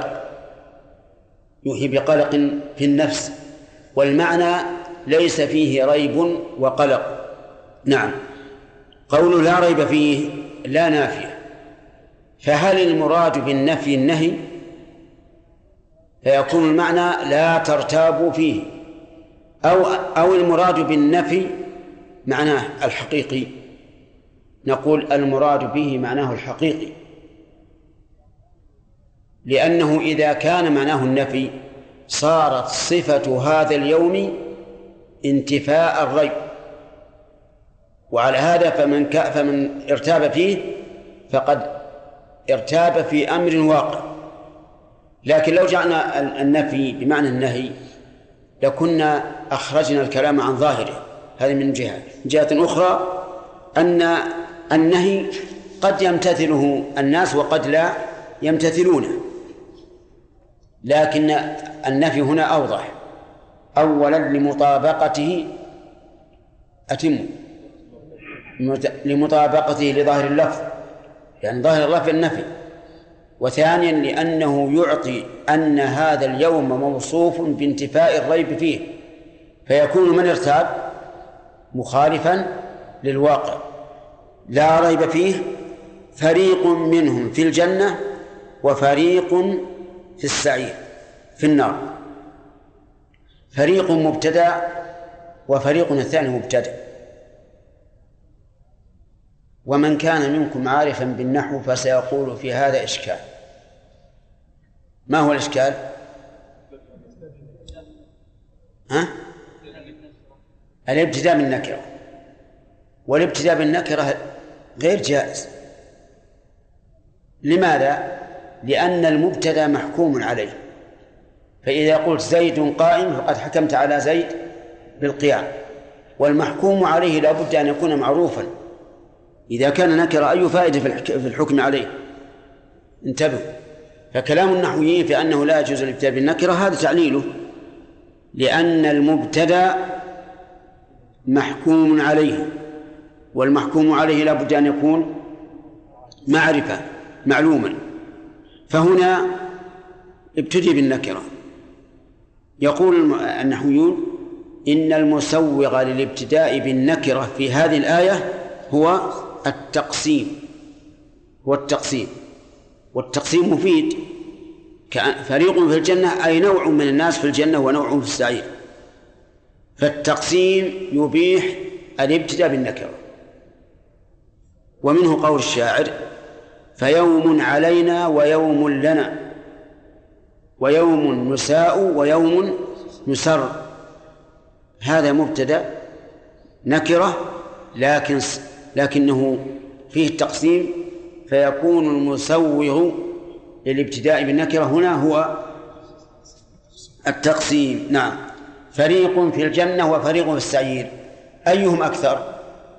بقلق في النفس، والمعنى ليس فيه ريب وقلق. نعم، قول لا ريب فيه لا نافية، فهل المراد بالنفي النهي؟ فيكون المعنى لا ترتابوا فيه، أو المراد بالنفي معناه الحقيقي، نقول المراد به معناه الحقيقي، لأنه إذا كان معناه النفي صارت صفة هذا اليوم انتفاء الريب، وعلى هذا فمن ارتاب فيه فقد ارتاب في أمر واقع. لكن لو جعلنا النفي بمعنى النهي لكنا أخرجنا الكلام عن ظاهره، هذه من جهة. من جهة أخرى أن النهي قد يمتثله الناس وقد لا يمتثلونه، لكن النفي هنا أوضح. أولا لمطابقته لمطابقته لظاهر اللفظ، يعني ظاهر اللفظ النفي. وثانيا لأنه يعطي أن هذا اليوم موصوف بانتفاء الريب فيه، فيكون من ارتاب مخالفا للواقع. لا ريب فيه، فريق منهم في الجنة وفريق في السعير في النار. فريق مبتدأ وفريق الثاني مبتدأ. ومن كان منكم عارفا بالنحو فسيقول في هذا إشكال. ما هو الإشكال؟ الابتداء بالنكرة، والابتداء بالنكرة غير جائز. لماذا؟ لأن المبتدأ محكوم عليه، فإذا قلت زيد قائم فقد حكمت على زيد بالقيام، والمحكوم عليه لا بد أن يكون معروفا. إذا كان نكرة أي فائدة في الحكم عليه؟ انتبهوا. فكلام النحويين في أنه لا يجوز الابتداء بالنكرة هذا تعليله، لأن المبتدأ محكوم عليه، والمحكوم عليه لا بد أن يكون معرفة معلوما. فهنا ابتدي بالنكرة. يقول النحويون إن المسوغ للابتداء بالنكرة في هذه الآية هو التقسيم، والتقسيم مفيد. فريق في الجنة أي نوع من الناس في الجنة ونوع في السعير، فالتقسيم يبيح الابتداء بالنكرة. ومنه قول الشاعر: فيوم علينا ويوم لنا، ويوم نساء ويوم نسر. هذا مبتدأ نكرة لكنه فيه التقسيم، فيكون المسوغ للابتداء بالنكرة هنا هو التقسيم. نعم. فريق في الجنة وفريق في السعير، أيهم أكثر؟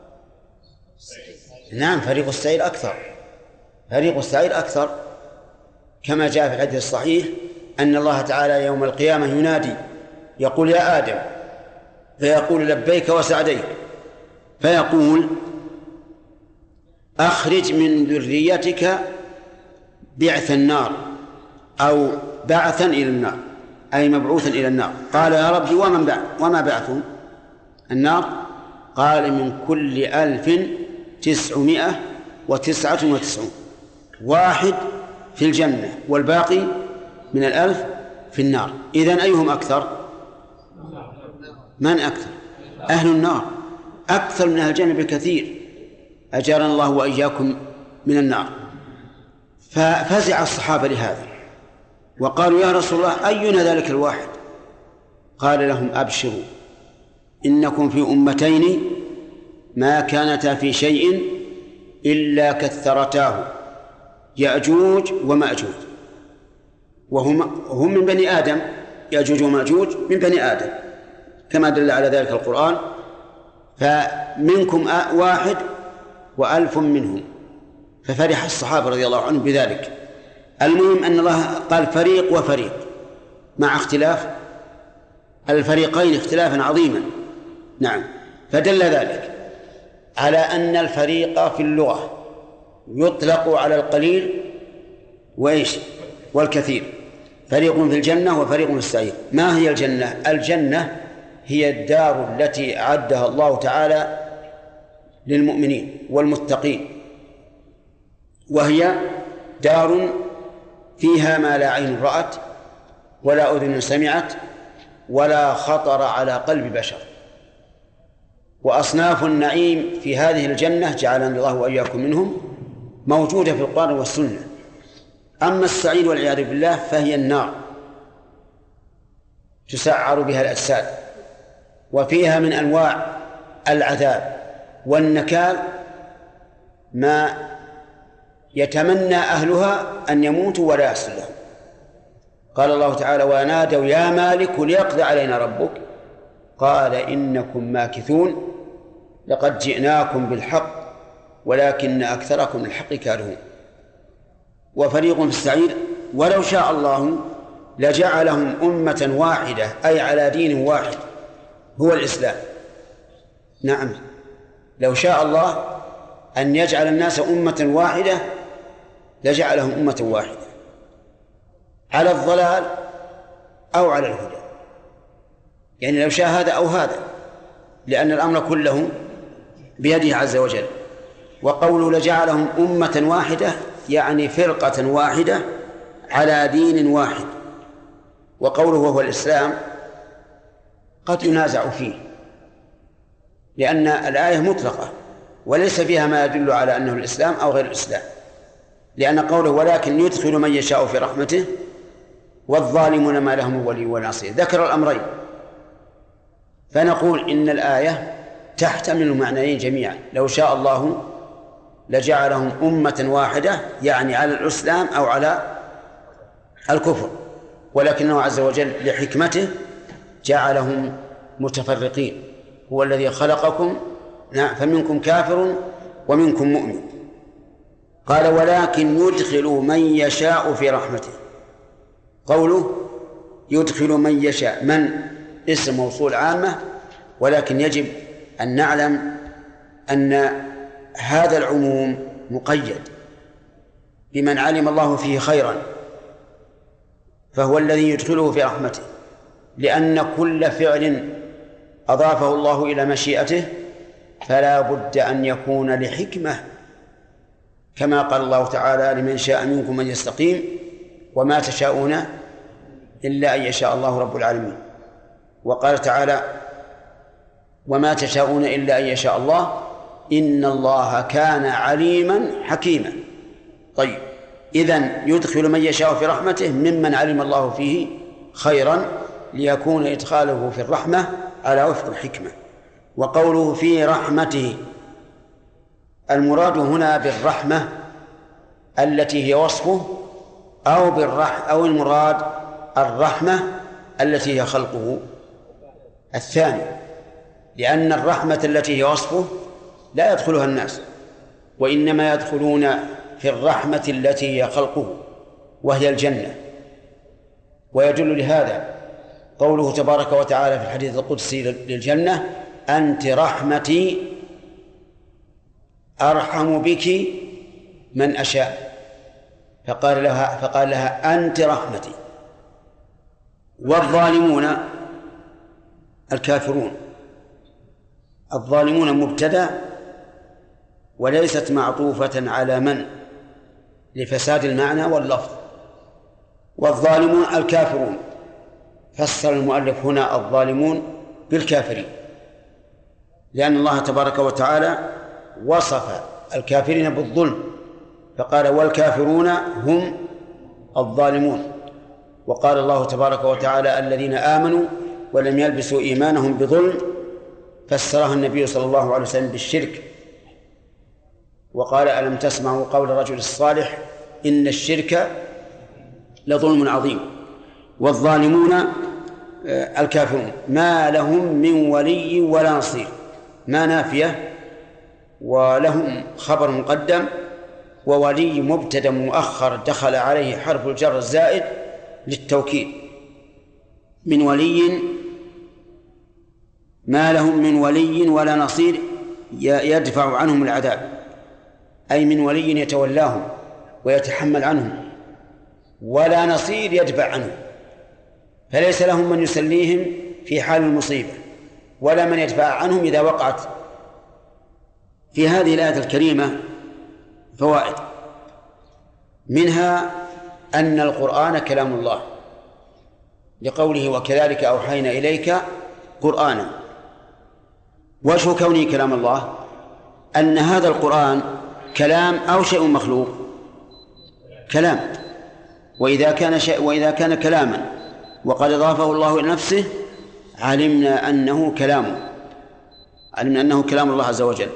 نعم، فريق السعير أكثر. فريق السعير أكثر، كما جاء في الحديث الصحيح أن الله تعالى يوم القيامة ينادي يقول: يا آدم، فيقول: لبيك وسعديك، فيقول: أخرج من ذريتك بعث النار، أو بعثا إلى النار، أي مبعوثا إلى النار. قال: يا ربي وما بعثهم النار؟ قال: من كل 1999 واحد في الجنة والباقي من 1000 في النار. إذن أيهم أكثر؟ من أكثر؟ أهل النار أكثر من أهل الجنة بكثير، أجارنا الله وإياكم من النار. ففزع الصحابة لهذا وقالوا: يا رسول الله، أينا ذلك الواحد؟ قال لهم: أبشروا، إنكم في أمتين ما كانتا في شيء إلا كثرتاه، يأجوج ومأجوج، وهم من بني آدم. يأجوج ومأجوج من بني آدم كما دل على ذلك القرآن. فمنكم واحد و1000 منهم. ففرح الصحابة رضي الله عنهم بذلك. المهم أن الله قال فريق وفريق، مع اختلاف الفريقين اختلافا عظيما. نعم. فدل ذلك على أن الفريق في اللغة يطلق على القليل والكثير. فريق في الجنة وفريق في السعير. ما هي الجنة؟ الجنة هي الدار التي أعدها الله تعالى للمؤمنين والمتقين، وهي دار فيها ما لا عين رأت ولا أذن سمعت ولا خطر على قلب بشر. وأصناف النعيم في هذه الجنة جعلنا الله وإياكم منهم موجودة في القرآن والسنة. أما السعير والعياذ بالله فهي النار تسعر بها الأجساد، وفيها من أنواع العذاب والنكال ما يتمنى أهلها أن يموتوا ولا يحصل لهم. قال الله تعالى: ونادوا يا مالك ليقضي علينا ربك قال إنكم ماكثون لقد جئناكم بالحق ولكن أكثركم الحق كارهون. وفريق في السعير ولو شاء الله لجعلهم أمة واحدة، أي على دين واحد هو الإسلام. نعم، لو شاء الله أن يجعل الناس أمة واحدة لجعلهم أمة واحدة على الضلال أو على الهدى، يعني لو شاء هذا أو هذا، لأن الأمر كله بيده عز وجل. وقوله لجعلهم أمة واحدة يعني فرقة واحدة على دين واحد. وقوله وهو الإسلام قد ينازع فيه، لأن الآية مطلقة وليس فيها ما يدل على أنه الإسلام أو غير الإسلام، لأن قوله ولكن يدخل من يشاء في رحمته والظالمون ما لهم ولي ولا نصير ذكر الأمرين. فنقول إن الآية تحتمل المعنيين جميعا. لو شاء الله لجعلهم أمة واحدة يعني على الإسلام أو على الكفر، ولكنه عز وجل لحكمته جعلهم متفرقين. هو الذي خلقكم فمنكم كافر ومنكم مؤمن. قال ولكن يدخل من يشاء في رحمته. قوله يدخل من يشاء، من اسم موصول عامة، ولكن يجب أن نعلم أن هذا العموم مقيد بمن علم الله فيه خيرا فهو الذي يدخله في رحمته، لأن كل فعل أضافه الله إلى مشيئته فلا بد أن يكون لحكمة، كما قال الله تعالى لمن شاء منكم من يستقيم وما تشاءون إلا أن يشاء الله رب العالمين. وقال تعالى وما تشاءون إلا أن يشاء الله إن الله كان عليما حكيما. طيب، إذن يدخل من يشاء في رحمته ممن علم الله فيه خيرا ليكون إدخاله في الرحمة على وفق الحكمة. وقوله في رحمته المراد هنا بالرحمة التي هي وصفه أو المراد الرحمة التي هي خلقه الثاني، لأن الرحمة التي هي وصفه لا يدخلها الناس، وإنما يدخلون في الرحمة التي هي خلقه وهي الجنة. ويدل لهذا قوله تبارك وتعالى في الحديث القدسي للجنة أنت رحمتي أرحم بك من أشاء، فقال لها أنت رحمتي. والظالمون الكافرون، الظالمون مبتدأ وليست معطوفة على من لفساد المعنى واللفظ. والظالمون الكافرون، فسر المؤلف هنا الظالمون بالكافرين، لأن الله تبارك وتعالى وصف الكافرين بالظلم فقال والكافرون هم الظالمون. وقال الله تبارك وتعالى الذين آمنوا ولم يلبسوا إيمانهم بظلم، فسرها النبي صلى الله عليه وسلم بالشرك، وقال ألم تسمعوا قول الرجل الصالح إن الشرك لظلم عظيم. والظالمون الكافرون ما لهم من ولي ولا نصير، ما نافية ولهم خبر مقدم، وولي مبتدأ مؤخر دخل عليه حرف الجر الزائد للتوكيد. من ولي ما لهم من ولي ولا نصير يدفع عنهم العذاب، أي من ولي يتولاهم ويتحمل عنهم، ولا نصير يدفع عنهم، فليس لهم من يسليهم في حال المصيبة ولا من يدفع عنهم إذا وقعت. في هذه الآية الكريمة فوائد، منها أن القرآن كلام الله لقوله وكذلك أوحينا إليك قرآنا. وجه كونه كلام الله أن هذا القرآن كلام أو شيء مخلوق؟ كلام. وإذا كان كلاما وقد أضافه الله إلى نفسه علمنا أنه كلام الله عز وجل.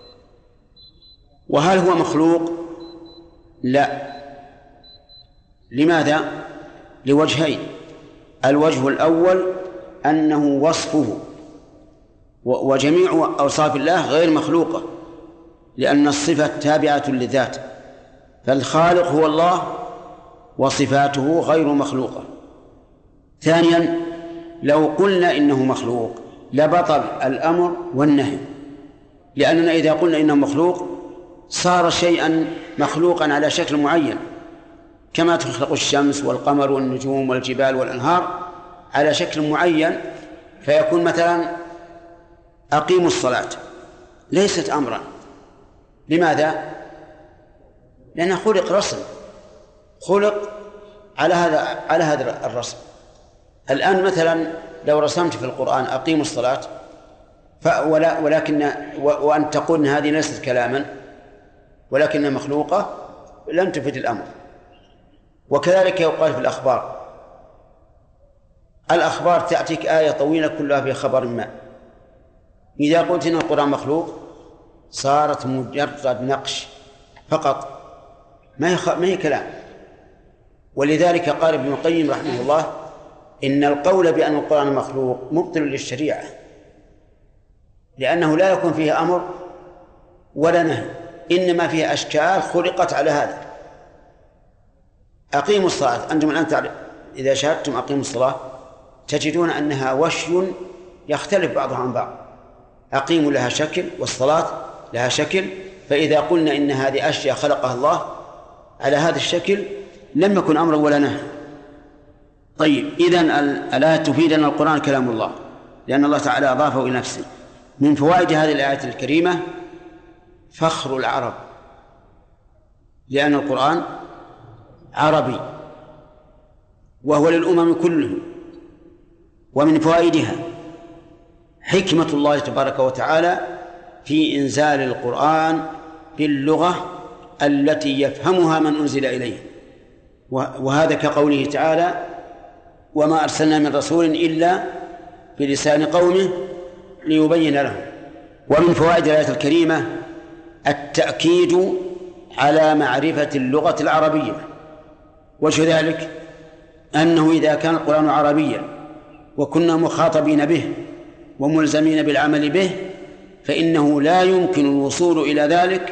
وهل هو مخلوق؟ لا. لماذا؟ لوجهين. الوجه الأول أنه وصفه، وجميع أوصاف الله غير مخلوقة، لأن الصفة تابعة للذات، فالخالق هو الله وصفاته غير مخلوقة. ثانيا، لو قلنا إنه مخلوق لبطل الأمر والنهي، لأننا إذا قلنا إنه مخلوق صار شيئا مخلوقا على شكل معين، كما تخلق الشمس والقمر والنجوم والجبال والأنهار على شكل معين، فيكون مثلا أقيموا الصلاة ليست أمرا. لماذا؟ لأنه خلق رسم، خلق على هذا الرسم. الآن مثلا لو رسمت في القرآن أقيموا الصلاة وأن تقول هذه ليست كلاما ولكنها مخلوقة لن تفيد الأمر. وكذلك يقال في الأخبار تأتيك آية طويلة كلها في خبر ما، إذا قلت إن القرآن مخلوق صارت مجرد نقش فقط، ما هي كلام. ولذلك قال ابن القيم رحمه الله إن القول بأن القرآن مخلوق مبطل للشريعة، لأنه لا يكون فيه أمر ولا نهي، إنما فيه أشكال خلقت على هذا. أقيموا الصلاة، أنتم الآن إذا شاهدتم أقيموا الصلاة تجدون أنها وشي يختلف بعضها عن بعض. أقيموا لها شكل والصلاة لها شكل، فإذا قلنا إن هذه أشياء خلقها الله على هذا الشكل لم يكن أمرا ولا نهي. طيب، إذن الآية تفيد أن القرآن كلام الله لأن الله تعالى أضافه إلى نفسه. من فوائد هذه الآية الكريمة فخر العرب، لأن القرآن عربي وهو للأمم كلهم. ومن فوائدها حكمة الله تبارك وتعالى في إنزال القرآن باللغة التي يفهمها من أنزل إليه، وهذا كقوله تعالى وما أرسلنا من رسول إلا بلسان قومه ليبين لهم. ومن فوائد الآية الكريمة التأكيد على معرفة اللغة العربية. وجه ذلك أنه إذا كان القرآن عربيا وكنا مخاطبين به وملزمين بالعمل به فإنه لا يمكن الوصول إلى ذلك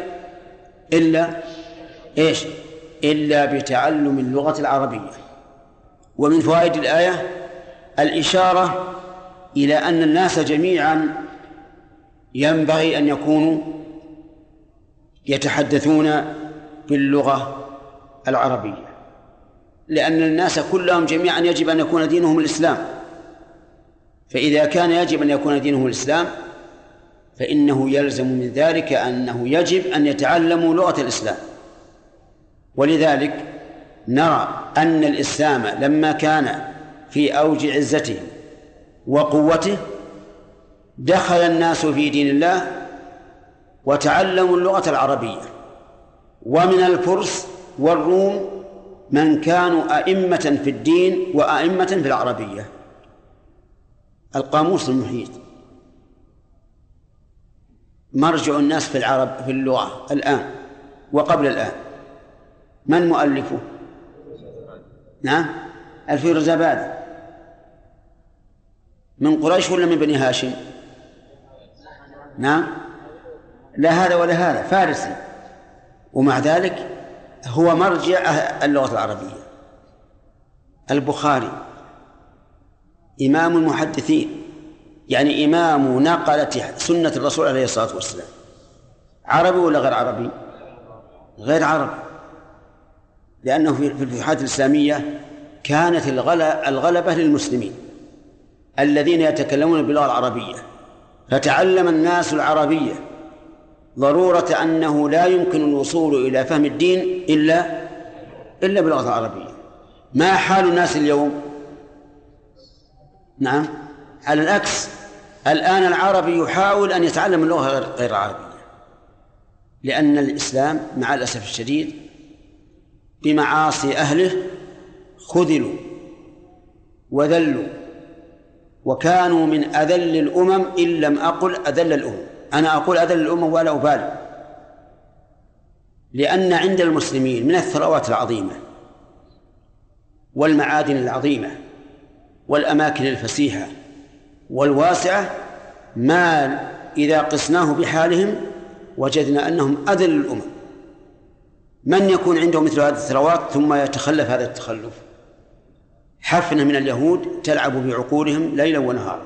إلا بتعلم اللغة العربية. ومن فوائد الآية الإشارة إلى أن الناس جميعا ينبغي أن يكونوا يتحدثون باللغة العربية، لأن الناس كلهم جميعا يجب أن يكون دينهم الإسلام، فإذا كان يجب أن يكون دينهم الإسلام فإنه يلزم من ذلك أنه يجب أن يتعلموا لغة الإسلام. ولذلك نرى أن الإسلام لما كان في أوج عزته وقوته دخل الناس في دين الله وتعلموا اللغة العربية. ومن الفرس والروم من كانوا أئمة في الدين وأئمة في العربية. القاموس المحيط مرجع الناس في اللغة الآن وقبل الآن، من مؤلفه؟ نعم، الفيروزابادي. من قريش ولا من بني هاشم؟ نعم، لا هذا ولا هذا، فارسي، ومع ذلك هو مرجع اللغة العربية. البخاري إمام المحدثين، يعني إمام نقلة سنة الرسول عليه الصلاة والسلام. عربي ولا غير عربي؟ غير عربي، لأنه في الفتوحات الإسلامية كانت الغلبة للمسلمين الذين يتكلمون باللغة العربية، فتعلم الناس العربية ضرورة أنه لا يمكن الوصول إلى فهم الدين إلا باللغة العربية. ما حال الناس اليوم؟ نعم، على العكس، الآن العربي يحاول أن يتعلم اللغة غير العربية، لأن الإسلام مع الأسف الشديد بمعاصي أهله خذلوا وذلوا، وكانوا من أذل الأمم، إن لم أقل أذل الأمم. أنا أقول أذل الأمم ولا أبالي، لأن عند المسلمين من الثروات العظيمة والمعادن العظيمة والأماكن الفسيحة والواسعة ما إذا قسناه بحالهم وجدنا أنهم أذل الأمم. من يكون عنده مثل هذه الثروات ثم يتخلف هذا التخلف؟ حفنة من اليهود تلعب بعقولهم ليلا ونهارا،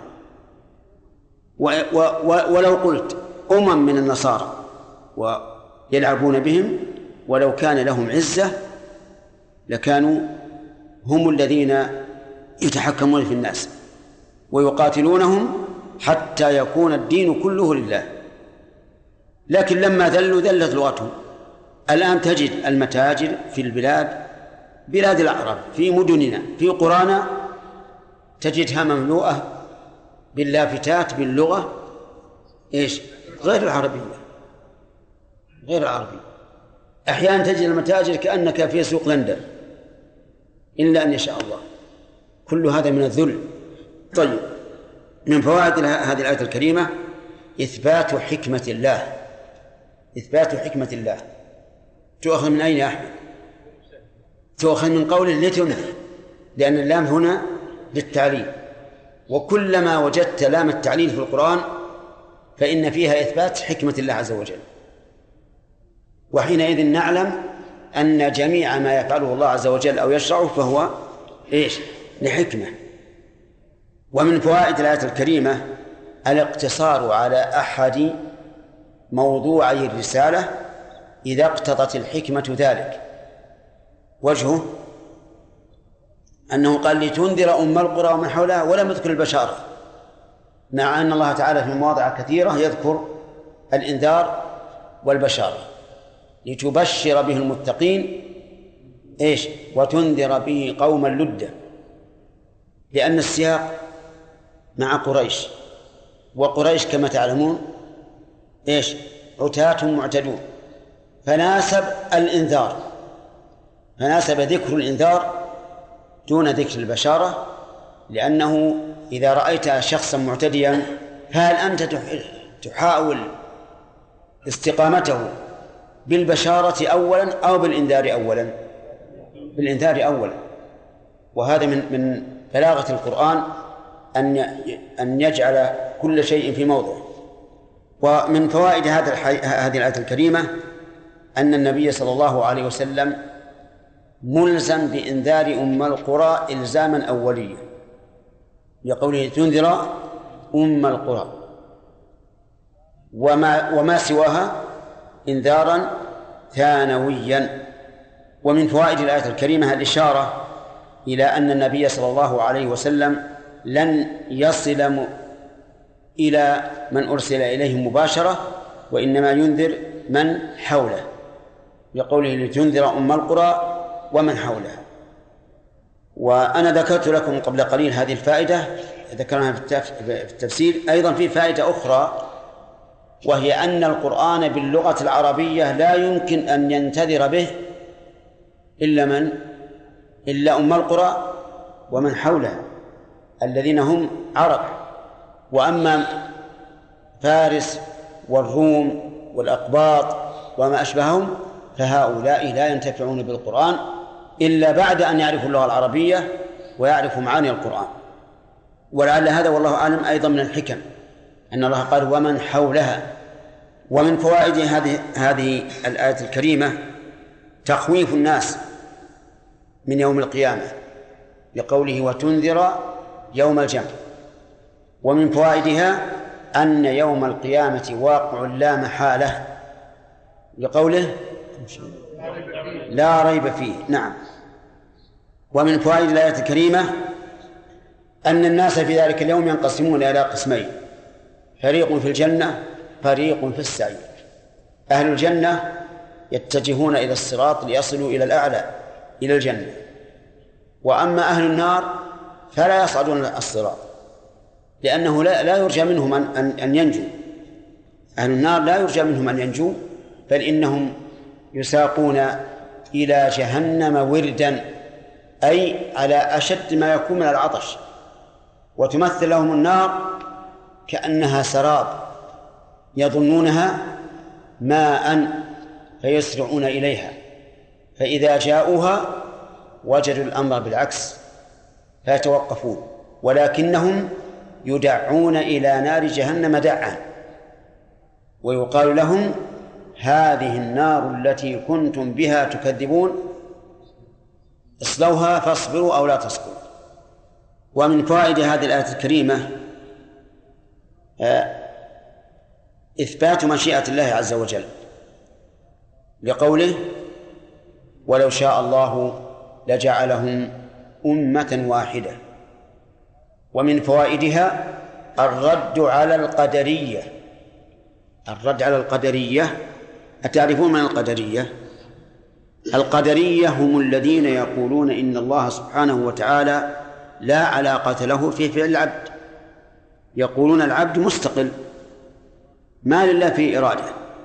ولو قلت من النصارى ويلعبون بهم، ولو كان لهم عزة لكانوا هم الذين يتحكمون في الناس ويقاتلونهم حتى يكون الدين كله لله. لكن لما ذلوا ذلت لغتهم. الآن تجد المتاجر في بلاد الأعراب، في مدننا، في قرانا، تجدها مملوءة باللافتات باللغة غير العربية. أحيانا تجد المتاجر كأنك في سوق لندن، إلا أن يشاء الله. كل هذا من الذل. طيب، من فوائد هذه الآية الكريمة إثبات حكمة الله. تؤخذ من أين يا أحمد؟ تؤخذ من قوله لتنذر، لأن اللام هنا للتعليل، وكلما وجدت لام التعليل في القرآن فإن فيها إثبات حكمة الله عز وجل، وحينئذ نعلم أن جميع ما يفعله الله عز وجل أو يشرعه فهو لحكمة. ومن فوائد الآية الكريمة الاقتصار على أحد موضوعي الرسالة إذا اقتضت الحكمة ذلك. وجهه أنه قال لتنذر أم القرى ومن حولها ولم يذكر البشارة، مع أن الله تعالى في مواضع كثيرة يذكر الإنذار والبشارة، لتبشر به المتقين وتنذر به قوما لدا، لأن السياق مع قريش، وقريش كما تعلمون عتاة معتدون، فناسب ذكر الإنذار دون ذكر البشارة، لأنه إذا رأيت شخصا معتديا فهل أنت تحاول استقامته بالبشارة أولا أو بالإنذار أولا؟ بالإنذار أولا. وهذا من بلاغة القرآن أن يجعل كل شيء في موضعه. ومن فوائد هذه الآية الكريمة أن النبي صلى الله عليه وسلم ملزم بإنذار أم القرى إلزاما أوليا، لقوله تنذر أم القرى، وما سواها إنذارا ثانويا. ومن فوائد الآية الكريمة الإشارة إلى أن النبي صلى الله عليه وسلم لن يصل إلى من أرسل إليه مباشرة، وإنما ينذر من حوله، لقوله لتنذر أم القرى ومن حولها. وأنا ذكرت لكم قبل قليل هذه الفائدة، ذكرناها في التفسير. أيضا في فائدة أخرى، وهي أن القرآن باللغة العربية لا يمكن أن ينتذر به إلا أم القرى ومن حولها الذين هم عرب. وأما فارس والروم والأقباط وما أشبههم فهؤلاء لا ينتفعون بالقرآن إلا بعد أن يعرفوا اللغة العربية ويعرفوا معاني القرآن. ولعل هذا والله أعلم أيضا من الحكم أن الله قال ومن حولها. ومن فوائد هذه الآية الكريمة تخويف الناس من يوم القيامة، لقوله وتنذر يوم الجمع. ومن فوائدها أن يوم القيامة واقع لا محالة، لقوله لا ريب فيه. نعم. ومن فوائد الآية الكريمة أن الناس في ذلك اليوم ينقسمون إلى قسمين، فريق في الجنة فريق في السعير. أهل الجنة يتجهون إلى الصراط ليصلوا إلى الأعلى إلى الجنة، وأما أهل النار فلا يصعدون الصراط لأنه لا يرجى منهم أن ينجوا. أهل النار لا يرجى منهم أن ينجوا، بل إنهم يساقون إلى جهنم وردا، أي على أشد ما يكون من العطش، وتمثل لهم النار كأنها سراب يظنونها ماء فيسرعون إليها، فإذا جاءوها وجدوا الأمر بالعكس فيتوقفون، ولكنهم يدعون إلى نار جهنم دعا، ويقال لهم هذه النار التي كنتم بها تكذبون اصلوها فاصبروا أو لا تصبروا. ومن فوائد هذه الآية الكريمة إثبات مشيئة الله عز وجل لقوله ولو شاء الله لجعلهم أمة واحدة. ومن فوائدها الرد على القدرية. الرد على القدرية، أتعرفون من القدرية؟ القدرية هم الذين يقولون إن الله سبحانه وتعالى لا علاقة له في فعل العبد، يقولون العبد مستقل ما لله في إرادة،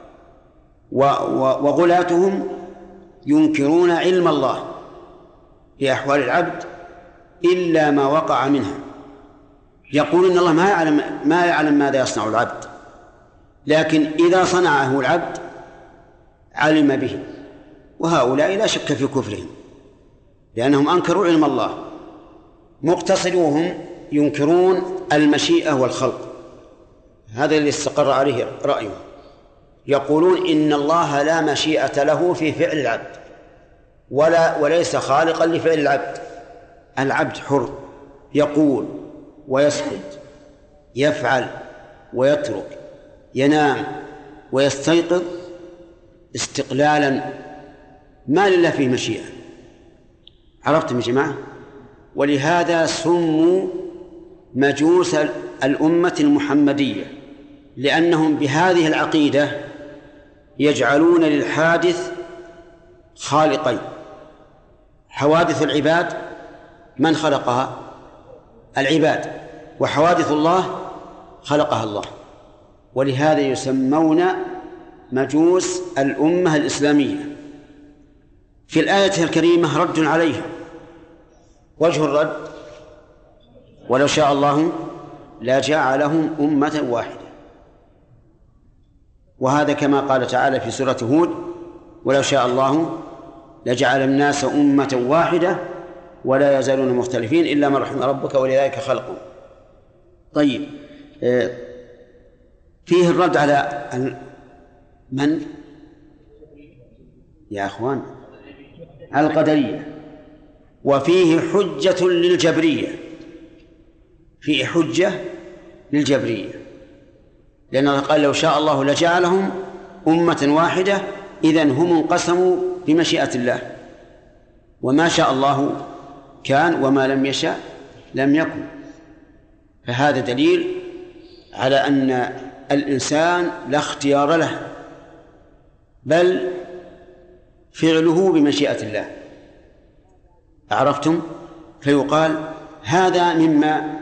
وغلاتهم ينكرون علم الله في أحوال العبد إلا ما وقع منها، يقولون إن الله ما يعلم ماذا يصنع العبد، لكن إذا صنعه العبد علم به. وهؤلاء لا شك في كفرهم لأنهم أنكروا علم الله. مقتصدوهم ينكرون المشيئة والخلق، هذا اللي استقر عليه رأيهم. يقولون إن الله لا مشيئة له في فعل العبد وليس خالقا لفعل العبد. العبد حر، يقول ويسكت، يفعل ويترك، ينام ويستيقظ استقلالا، ما لله فيه مشيئة. عرفتم يا جماعة؟ ولهذا سموا مجوس الأمة المحمدية، لأنهم بهذه العقيدة يجعلون للحادث خالقين. حوادث العباد من خلقها؟ العباد، وحوادث الله خلقها الله. ولهذا يسمون مجوس الأمة الإسلامية. في الآية الكريمة رد عليها. وجه الرد ولو شاء الله لجعلهم أمة واحدة، وهذا كما قال تعالى في سورة هود ولو شاء الله لجعل الناس أمة واحدة ولا يزالون مختلفين إلا من رحم ربك ولذلك خلقهم. طيب، فيه الرد على من يا أخوان؟ القدرية. وفيه حجة للجبرية، فيه حجة للجبرية، لأنه قال لو شاء الله لجعلهم أمة واحدة، إذن هم انقسموا بمشيئة الله، وما شاء الله كان وما لم يشاء لم يكن. فهذا دليل على أن الإنسان لا اختيار له، بل فعله بمشيئة الله. عرفتم؟ فيقال هذا مما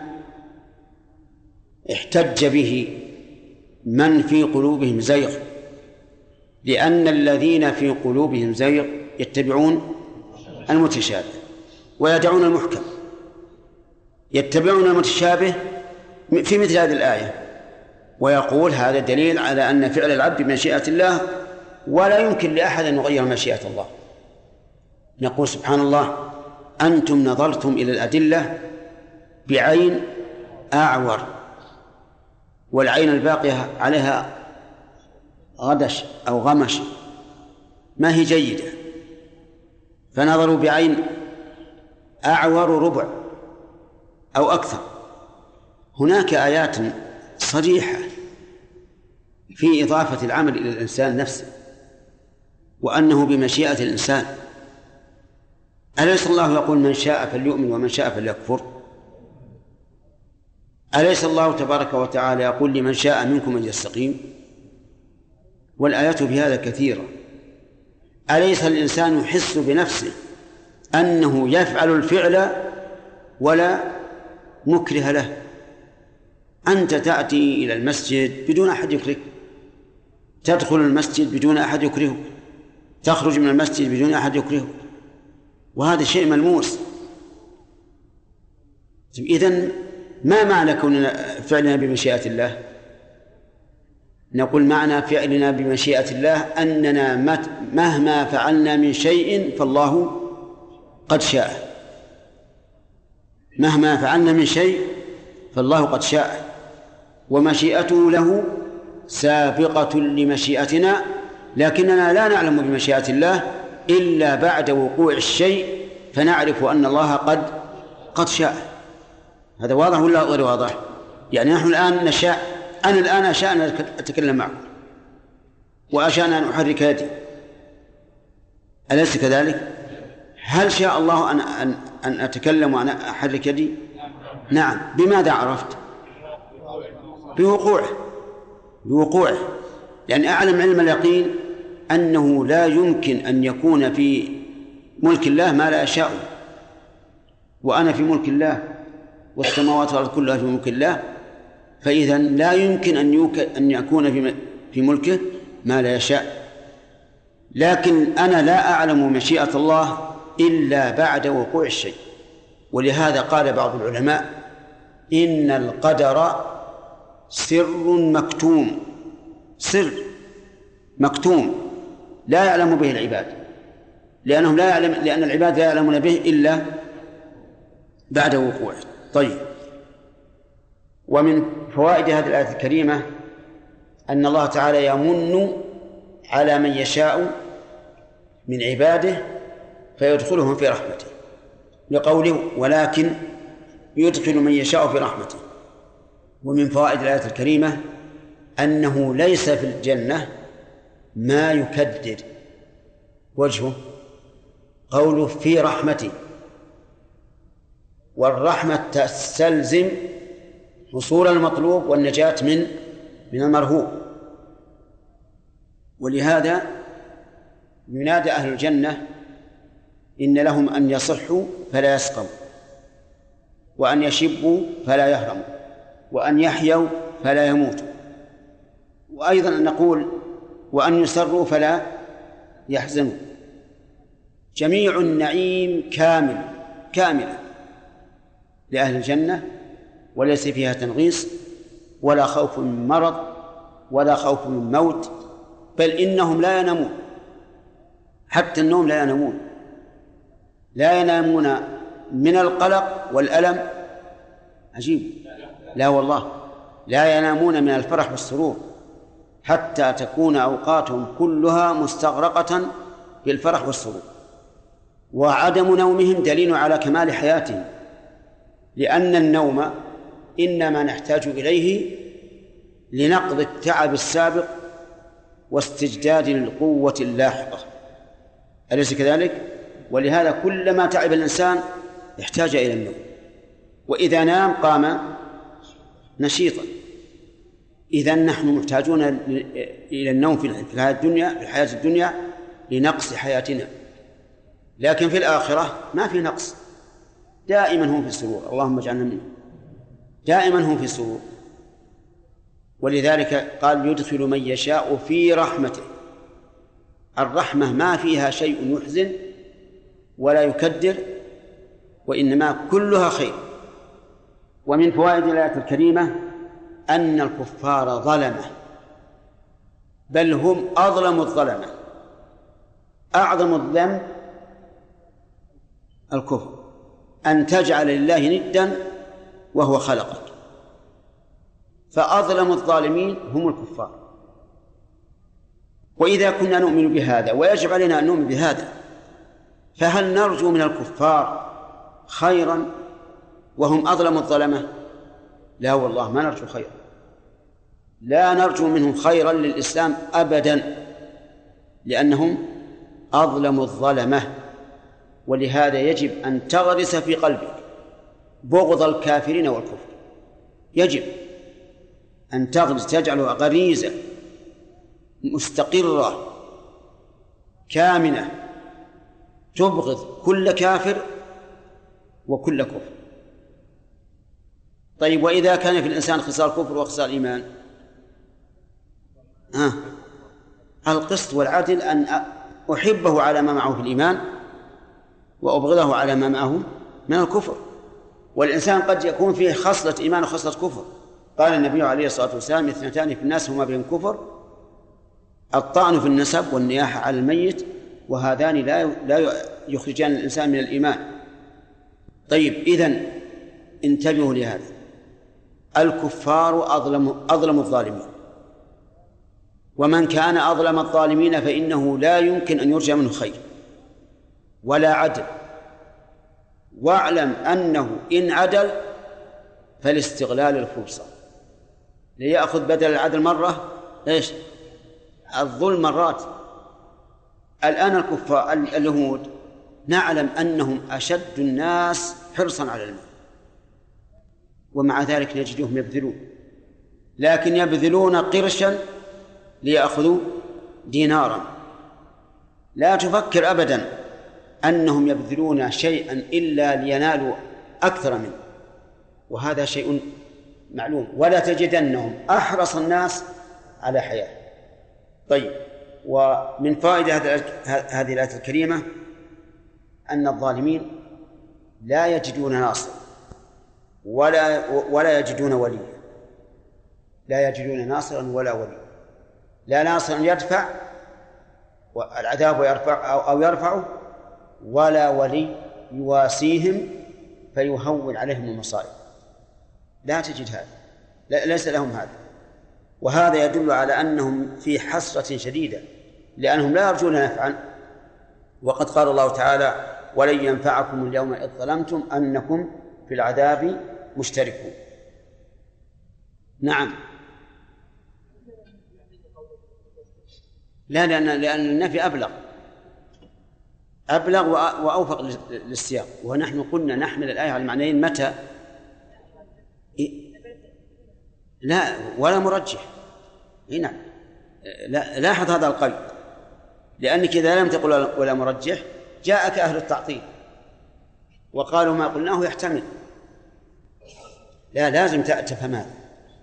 احتج به من في قلوبهم زيغ، لأن الذين في قلوبهم زيغ يتبعون المتشابه ويدعون المحكم. يتبعون المتشابه في مثل هذه الآية، ويقول هذا دليل على أن فعل العبد بمشيئة الله ولا يمكن لأحد أن يغير مشيئة الله. نقول سبحان الله، أنتم نظرتم إلى الأدلة بعين أعور، والعين الباقية عليها غدش أو غمش ما هي جيدة، فنظروا بعين أعور ربع أو أكثر. هناك آيات صريحة في إضافة العمل إلى الإنسان نفسه، وأنه بمشيئة الإنسان. أليس الله يقول من شاء فليؤمن ومن شاء فليكفر؟ أليس الله تبارك وتعالى يقول لمن شاء منكم أن يستقيم؟ والآيات في هذا كثيرة. أليس الإنسان يحس بنفسه أنه يفعل الفعل ولا مكره له؟ أنت تأتي إلى المسجد بدون أحد يكرهك، تدخل المسجد بدون أحد يكرهك، تخرج من المسجد بدون أحد يكرهك، وهذا شيء ملموس. إذن ما معنى كوننا فعلنا بمشيئة الله؟ نقول معنى فعلنا بمشيئة الله أننا مهما فعلنا من شيء فالله قد شاء. مهما فعلنا من شيء فالله قد شاء، ومشيئته له سابقة لمشيئتنا، لكننا لا نعلم بمشيئة الله إلا بعد وقوع الشيء فنعرف أن الله قد شاء. هذا واضح ولا غير واضح؟ يعني نحن الآن نشاء، أنا الآن أشاء أن أتكلم معكم وأشاء أن أحرك يدي، أليس كذلك؟ هل شاء الله أن أتكلم وأن أحرك يدي؟ نعم. بماذا عرفت؟ بوقوعه، لأن أعلم علم اليقين أنه لا يمكن أن يكون في ملك الله ما لا يشاء، وأنا في ملك الله والسماوات والأرض كلها في ملك الله، فإذا لا يمكن أن يكون في ملكه ما لا يشاء. لكن أنا لا أعلم مشيئة الله إلا بعد وقوع الشيء، ولهذا قال بعض العلماء إن القدر سر مكتوم، سر مكتوم لا يعلم به العباد، لأن العباد لا يعلمون به إلا بعد وقوعه. طيب، ومن فوائد هذه الآية الكريمة أن الله تعالى يمن على من يشاء من عباده فيدخلهم في رحمته، لقوله ولكن يدخل من يشاء في رحمته. ومن فوائد الآية الكريمة أنه ليس في الجنة ما يكدر وجهه، قوله في رحمته، والرحمة تستلزم حصول المطلوب والنجاة من المرهوب. ولهذا ينادى أهل الجنة إن لهم أن يصحوا فلا يسقموا، وأن يشبوا فلا يهرموا، وأن يحيوا فلا يموتوا، وأيضا أن نقول وأن يسروا فلا يحزنوا. جميع النعيم كامل لأهل الجنة، وليس فيها تنغيص ولا خوف من مرض ولا خوف من موت، بل إنهم لا ينامون، حتى النوم لا ينامون من القلق والألم. عجيب، لا والله لا ينامون من الفرح والسرور، حتى تكون أوقاتهم كلها مستغرقة بالفرح والسرور. وعدم نومهم دليل على كمال حياتهم، لأن النوم إنما نحتاج إليه لنقض التعب السابق واستجداد القوة اللاحقة، أليس كذلك؟ ولهذا كلما تعب الإنسان يحتاج إلى النوم، وإذا نام قام نشيطا. إذن نحن محتاجون إلى النوم في الحياة الدنيا لنقص حياتنا، لكن في الآخرة ما في نقص، دائما هم في سرور، اللهم اجعلنا منهم، دائما هم في سرور. ولذلك قال يدخل من يشاء في رحمته. الرحمة ما فيها شيء يحزن ولا يكدر، وإنما كلها خير. ومن فوائد الآية الكريمة أن الكفار ظلمة، بل هم أظلم الظلمة. أعظم الذنب الكفر، أن تجعل لله ندا وهو خلقك، فأظلم الظالمين هم الكفار. وإذا كنا نؤمن بهذا ويجب علينا أن نؤمن بهذا، فهل نرجو من الكفار خيرا وهم أظلم الظلمة؟ لا والله ما نرجو خيرا، لا نرجو منهم خيرا للإسلام أبدا، لأنهم أظلم الظلمة. ولهذا يجب أن تغرس في قلبك بغض الكافرين والكفر، يجب أن تغرس، تجعلها غريزة مستقرة كامنة تبغض كل كافر وكل كفر. طيب وإذا كان في الإنسان خصال كفر وخصال إيمان؟ القسط والعدل أن أحبه على ما معه في الإيمان وأبغضه على ما معه من الكفر. والإنسان قد يكون فيه خصلة إيمان وخصلة كفر. قال النبي عليه الصلاة والسلام: اثنتان في الناس هما بهم كفر: الطعن في النسب والنياحة على الميت، وهذان لا يخرجان الإنسان من الإيمان. طيب إذن انتبهوا لهذا، الكفار أظلم الظالمين، ومن كان أظلم الظالمين فإنه لا يمكن أن يرجى منه خير ولا عدل. واعلم أنه إن عدل فالاستغلال الفرصة ليأخذ بدل العدل مرة الظلم مرات. الآن الكفار اليهود نعلم أنهم أشد الناس حرصا على المال، ومع ذلك نجدهم يبذلون، لكن يبذلون قرشا ليأخذوا دينارا. لا تفكر أبدا أنهم يبذلون شيئا إلا لينالوا أكثر منه، وهذا شيء معلوم. ولا تجدنهم أحرص الناس على حياة. طيب، ومن فائدة هذه الآية الكريمة أن الظالمين لا يجدون ناصر ولا يجدون وليا، لا يجدون ناصرا ولا وليا، لا ناصرا يدفع العذاب أو يرفعه، ولا ولي يواسيهم فيهون عليهم المصائب. لا تجد هذا، ليس لهم هذا. وهذا يدل على أنهم في حسرة شديدة، لأنهم لا يرجون نفعا. وقد قال الله تعالى: ولن ينفعكم اليوم إذ ظلمتم أنكم في العذاب مشتركون. نعم. لا، لأن النفي أبلغ وأوفق للسياق. ونحن قلنا نحمل الآية على المعنيين متى؟ لا، ولا مرجح. هنا لاحظ هذا القيد، لأنك إذا لم تقل ولا مرجح جاءك أهل التعطيل وقالوا ما قلناه يحتمل. لا، لازم تفهم هذا.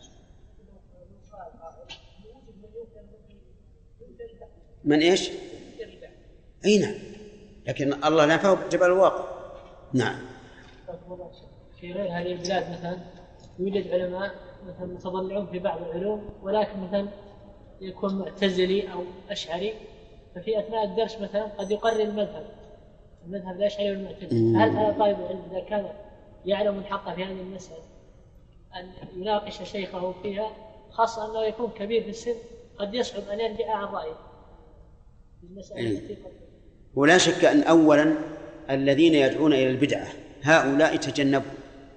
من إيش؟ أي نعم، لكن الله نفاه جبل الواقع. نعم.
في غير هذه البلاد مثلا يوجد علماء مثلا متضلعون في بعض العلوم، ولكن مثلا يكون معتزلي أو أشعري، ففي أثناء الدرس مثلا قد يقرر المذهب الأشعري والمعتزلي. هل هذا طالب العلم إذا كان يعلم الحق في هذه المسألة أن يناقش شيخه فيها، خاصة أنه يكون كبير في السن، قد يصعب أن يرجع عن رأيه في المسألة التي
ولا شك أن أولا الذين يدعون إلى البدعة هؤلاء تجنبوا،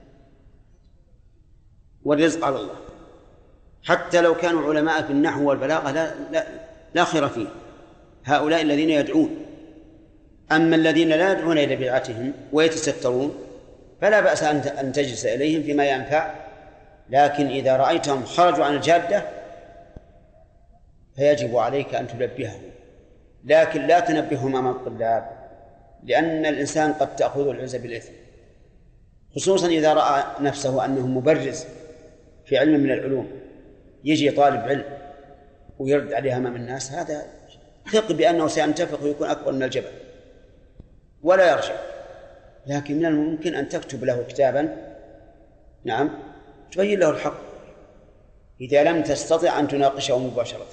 والرزق على الله. حتى لو كانوا علماء في النحو والبلاغة لا خير فيه، هؤلاء الذين يدعون. أما الذين لا يدعون إلى بدعتهم ويتسترون فلا بأس أن تجلس إليهم فيما ينفع، لكن إذا رأيتهم خرجوا عن الجادة فيجب عليك أن تنبههم، لكن لا تنبههم أمام الطلاب، لأن الإنسان قد تأخذ العزة بالإثم، خصوصا إذا رأى نفسه أنه مبرز في علم من العلوم. يجي طالب علم ويرد عليها أمام الناس، هذا ثق بأنه سينتفخ ويكون أكبر من الجبل ولا يرجع. لكن من الممكن أن تكتب له كتابا، نعم، تبين له الحق إذا لم تستطع أن تناقشه مباشرة.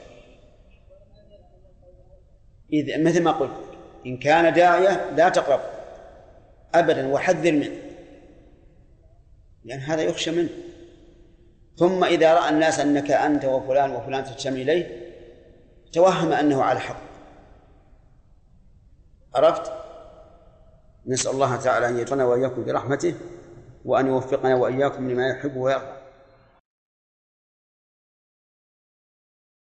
إذا مثل ما قلت، إن كان داعية لا تقرب أبدا وحذر منه، لأن هذا يخشى منه. ثم إذا رأى الناس أنك أنت وفلان وفلان تجتمع إليه توهم أنه على حق. عرفت؟ نسأل الله تعالى أن يجعلنا وإياكم برحمته، وأن يوفقنا وإياكم لما يحب ويرضى.